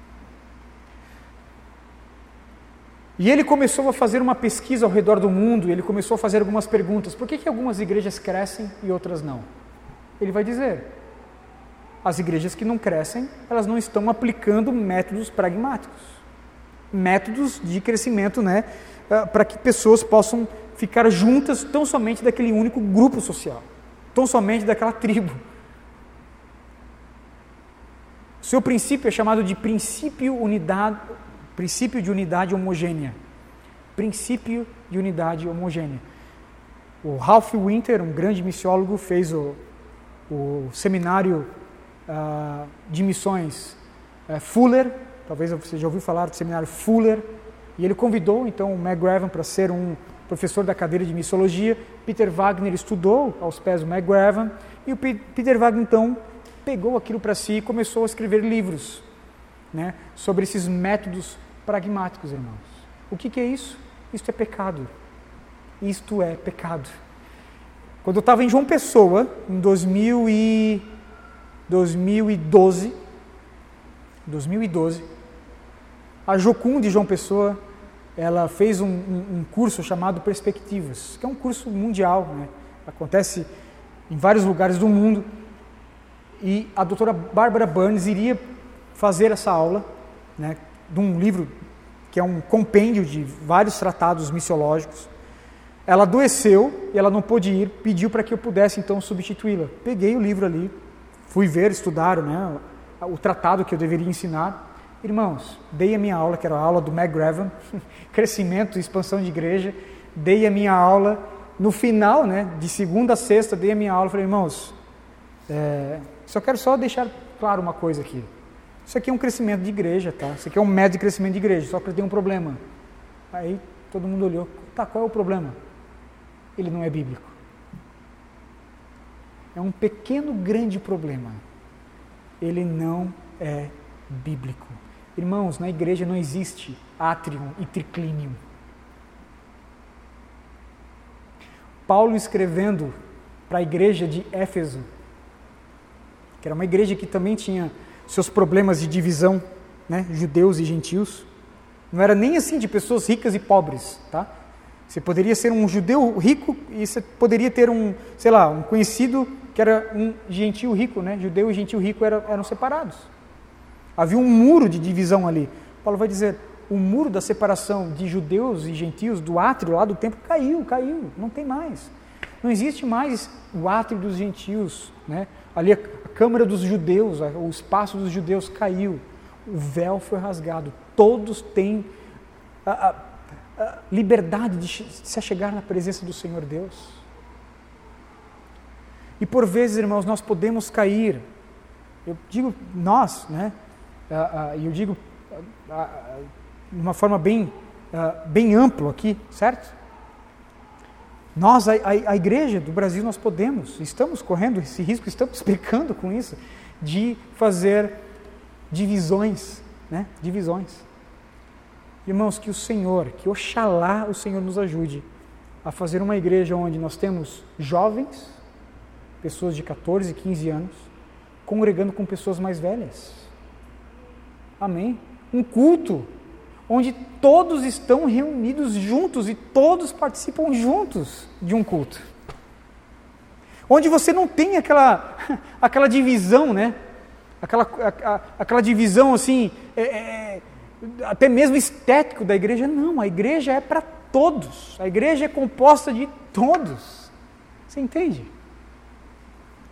E ele começou a fazer uma pesquisa ao redor do mundo, e ele começou a fazer algumas perguntas. Por que que algumas igrejas crescem e outras não? Ele vai dizer, as igrejas que não crescem, elas não estão aplicando métodos pragmáticos, métodos de crescimento, né, para que pessoas possam ficar juntas tão somente daquele único grupo social, tão somente daquela tribo. O seu princípio é chamado de princípio unidade, princípio de unidade homogênea. Princípio de unidade homogênea. O Ralph Winter, um grande missiólogo, fez o, o seminário uh, de missões uh, Fuller, talvez você já ouviu falar do seminário Fuller, e ele convidou então o McGavran para ser um professor da cadeira de missiologia. Peter Wagner estudou aos pés do McGavran, e o P- Peter Wagner então pegou aquilo para si e começou a escrever livros, né, sobre esses métodos pragmáticos, irmãos. O que, que é isso? Isto é pecado. Isto é pecado. Quando eu estava em João Pessoa, em dois mil e doze, dois mil e doze, a Jocum de João Pessoa, ela fez um, um, um curso chamado Perspectivas, que é um curso mundial, né? Acontece em vários lugares do mundo, e a doutora Barbara Burns iria fazer essa aula, né, de um livro que é um compêndio de vários tratados missiológicos. Ela adoeceu e ela não pôde ir, pediu para que eu pudesse então substituí-la. Peguei o livro ali, fui ver, estudar, né, o tratado que eu deveria ensinar. Irmãos, dei a minha aula, que era a aula do McGavran, crescimento e expansão de igreja, dei a minha aula, no final, né, de segunda a sexta, dei a minha aula, falei, irmãos, é, só quero só deixar claro uma coisa aqui. Isso aqui é um crescimento de igreja, tá? Isso aqui é um método de crescimento de igreja, só que tem um problema. Aí todo mundo olhou, tá, qual é o problema? Ele não é bíblico. É um pequeno, grande problema. Ele não é bíblico. Irmãos, na igreja não existe átrium e triclínio. Paulo escrevendo para a igreja de Éfeso, que era uma igreja que também tinha seus problemas de divisão, né, judeus e gentios, não era nem assim de pessoas ricas e pobres, tá? Você poderia ser um judeu rico e você poderia ter um, sei lá, um conhecido que era um gentio rico, né? Judeu e gentio rico eram, eram separados. Havia um muro de divisão ali. Paulo vai dizer, o muro da separação de judeus e gentios do átrio lá do templo caiu, caiu, não tem mais. Não existe mais o átrio dos gentios, né? Ali a câmara dos judeus, o espaço dos judeus caiu, o véu foi rasgado, todos têm a, a, a liberdade de se achegar na presença do Senhor Deus. E por vezes, irmãos, nós podemos cair, eu digo nós, né? E eu digo de uma forma bem, bem ampla aqui, certo? Nós, a, a, a igreja do Brasil, nós podemos, estamos correndo esse risco, estamos pecando com isso, de fazer divisões, né? Divisões. Irmãos, que o Senhor, que oxalá o Senhor nos ajude a fazer uma igreja onde nós temos jovens, pessoas de catorze, quinze anos, congregando com pessoas mais velhas. Amém? Um culto onde todos estão reunidos juntos e todos participam juntos de um culto. Onde você não tem aquela, aquela divisão, né? Aquela, a, a, aquela divisão assim, é, é, até mesmo estético da igreja. Não, a igreja é para todos. A igreja é composta de todos. Você entende?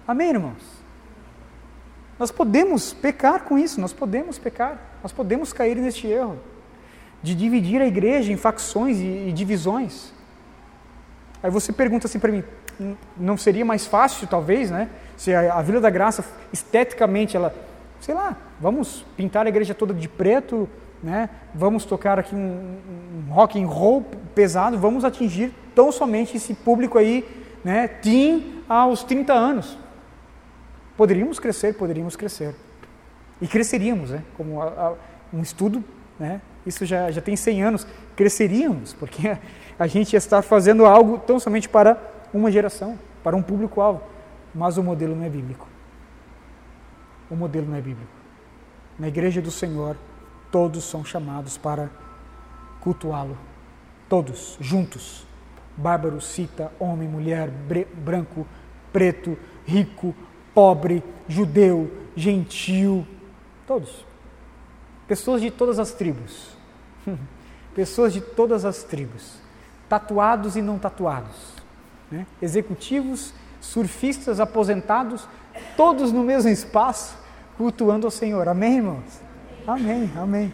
Amém, irmãos? Nós podemos pecar com isso, nós podemos pecar, nós podemos cair neste erro de dividir a igreja em facções e, e divisões. Aí você pergunta assim para mim, não seria mais fácil, talvez, né? Se a, a Vila da Graça, esteticamente, ela, sei lá, vamos pintar a igreja toda de preto, né? Vamos tocar aqui um, um rock and roll pesado, vamos atingir tão somente esse público aí, né? Teen aos trinta anos. Poderíamos crescer, poderíamos crescer. E cresceríamos, né? Como a, a, um estudo, né? Isso já, já tem cem anos, cresceríamos, porque a gente ia estar fazendo algo tão somente para uma geração, para um público-alvo. Mas o modelo não é bíblico. O modelo não é bíblico. Na igreja do Senhor, todos são chamados para cultuá-lo. Todos, juntos. Bárbaro, cita, homem, mulher, branco, preto, rico, pobre, judeu, gentil, todos. Pessoas de todas as tribos. Pessoas de todas as tribos. Tatuados e não tatuados. Né? Executivos, surfistas, aposentados, todos no mesmo espaço, cultuando ao Senhor. Amém, irmãos? Amém, amém.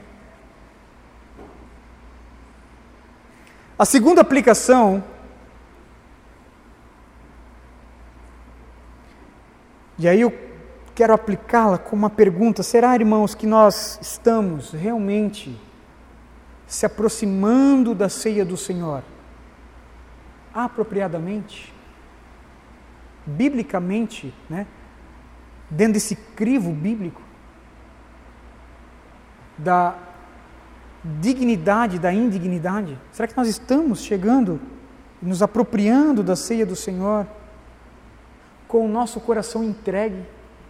A segunda aplicação, e aí eu quero aplicá-la com uma pergunta: será, irmãos, que nós estamos realmente se aproximando da ceia do Senhor apropriadamente, biblicamente, né? Dentro desse crivo bíblico da dignidade, da indignidade? Será que nós estamos chegando, nos apropriando da ceia do Senhor com o nosso coração entregue?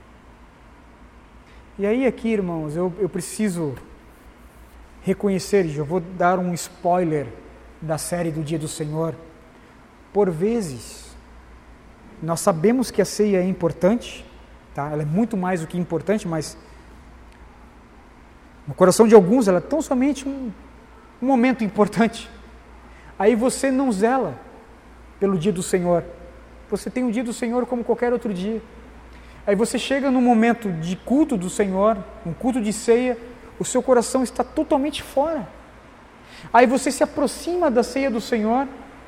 E aí aqui, irmãos, eu, eu preciso reconhecer, eu vou dar um spoiler da série do Dia do Senhor. Por vezes, nós sabemos que a ceia é importante, tá? Ela é muito mais do que importante, mas no coração de alguns ela é tão somente um, um momento importante. Aí você não zela pelo Dia do Senhor. Você tem o Dia do Senhor como qualquer outro dia. Aí você chega num momento de culto do Senhor, um culto de ceia, o seu coração está totalmente fora. Aí você se aproxima da ceia do Senhor,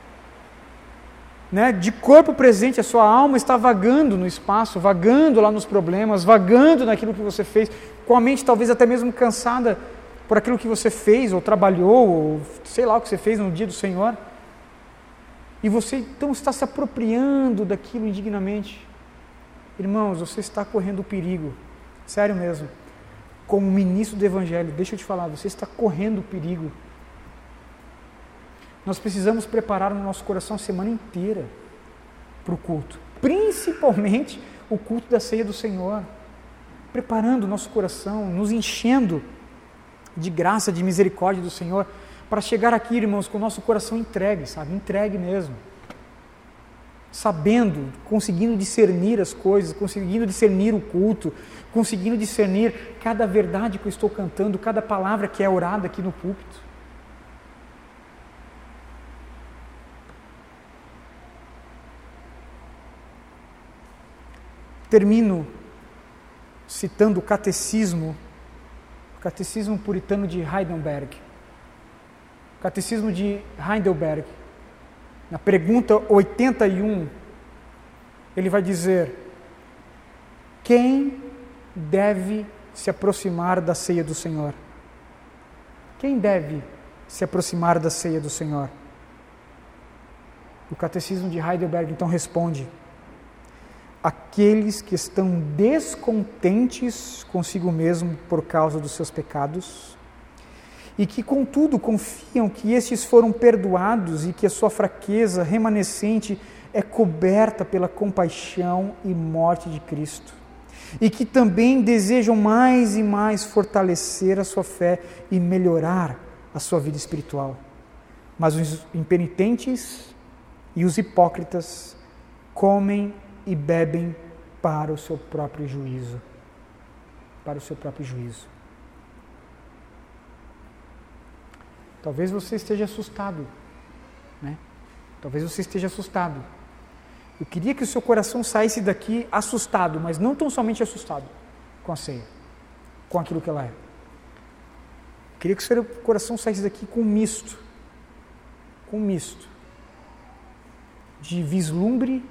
né, de corpo presente, a sua alma está vagando no espaço, vagando lá nos problemas, vagando naquilo que você fez, com a mente talvez até mesmo cansada por aquilo que você fez, ou trabalhou, ou sei lá o que você fez no Dia do Senhor. E você então está se apropriando daquilo indignamente. Irmãos, você está correndo o perigo, sério mesmo, como ministro do Evangelho, deixa eu te falar, você está correndo o perigo. Nós precisamos preparar no nosso coração a semana inteira para o culto, principalmente o culto da ceia do Senhor, preparando o nosso coração, nos enchendo de graça, de misericórdia do Senhor, para chegar aqui, irmãos, com o nosso coração entregue, sabe, entregue mesmo, sabendo, conseguindo discernir as coisas, conseguindo discernir o culto, conseguindo discernir cada verdade que eu estou cantando, cada palavra que é orada aqui no púlpito. Termino citando o catecismo, o catecismo puritano de Heidelberg. O catecismo de Heidelberg, na pergunta oitenta e um, ele vai dizer: quem deve se aproximar da ceia do Senhor? Quem deve se aproximar da ceia do Senhor? O catecismo de Heidelberg então responde: aqueles que estão descontentes consigo mesmo por causa dos seus pecados e que, contudo, confiam que estes foram perdoados e que a sua fraqueza remanescente é coberta pela compaixão e morte de Cristo, e que também desejam mais e mais fortalecer a sua fé e melhorar a sua vida espiritual. Mas os impenitentes e os hipócritas comem e bebem para o seu próprio juízo. Para o seu próprio juízo. Talvez você esteja assustado, né? Talvez você esteja assustado Eu queria que o seu coração saísse daqui assustado, mas não tão somente assustado com a ceia, com aquilo que ela é. Eu queria que o seu coração saísse daqui com um misto, com um misto de vislumbre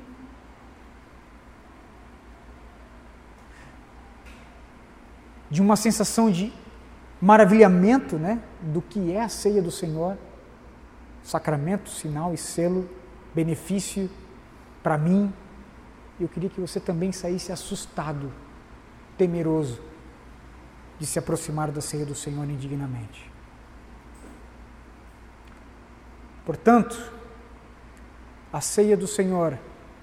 de uma sensação de maravilhamento, né, do que é a ceia do Senhor, sacramento, sinal e selo, benefício para mim. Eu queria que você também saísse assustado, temeroso de se aproximar da ceia do Senhor indignamente. Portanto, a ceia do Senhor,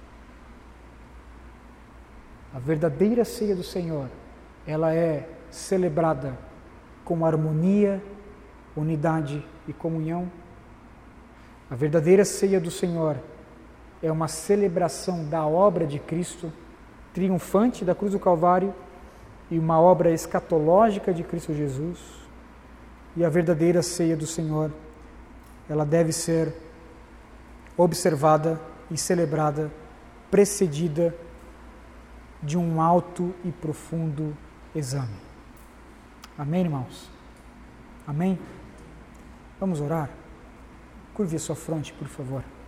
a verdadeira ceia do Senhor, ela é celebrada com harmonia, unidade e comunhão. A verdadeira ceia do Senhor é uma celebração da obra de Cristo, triunfante da cruz do Calvário, e uma obra escatológica de Cristo Jesus. E a verdadeira ceia do Senhor, ela deve ser observada e celebrada, precedida de um alto e profundo exame. Amém, irmãos? Amém? Vamos orar? Curve a sua fronte, por favor.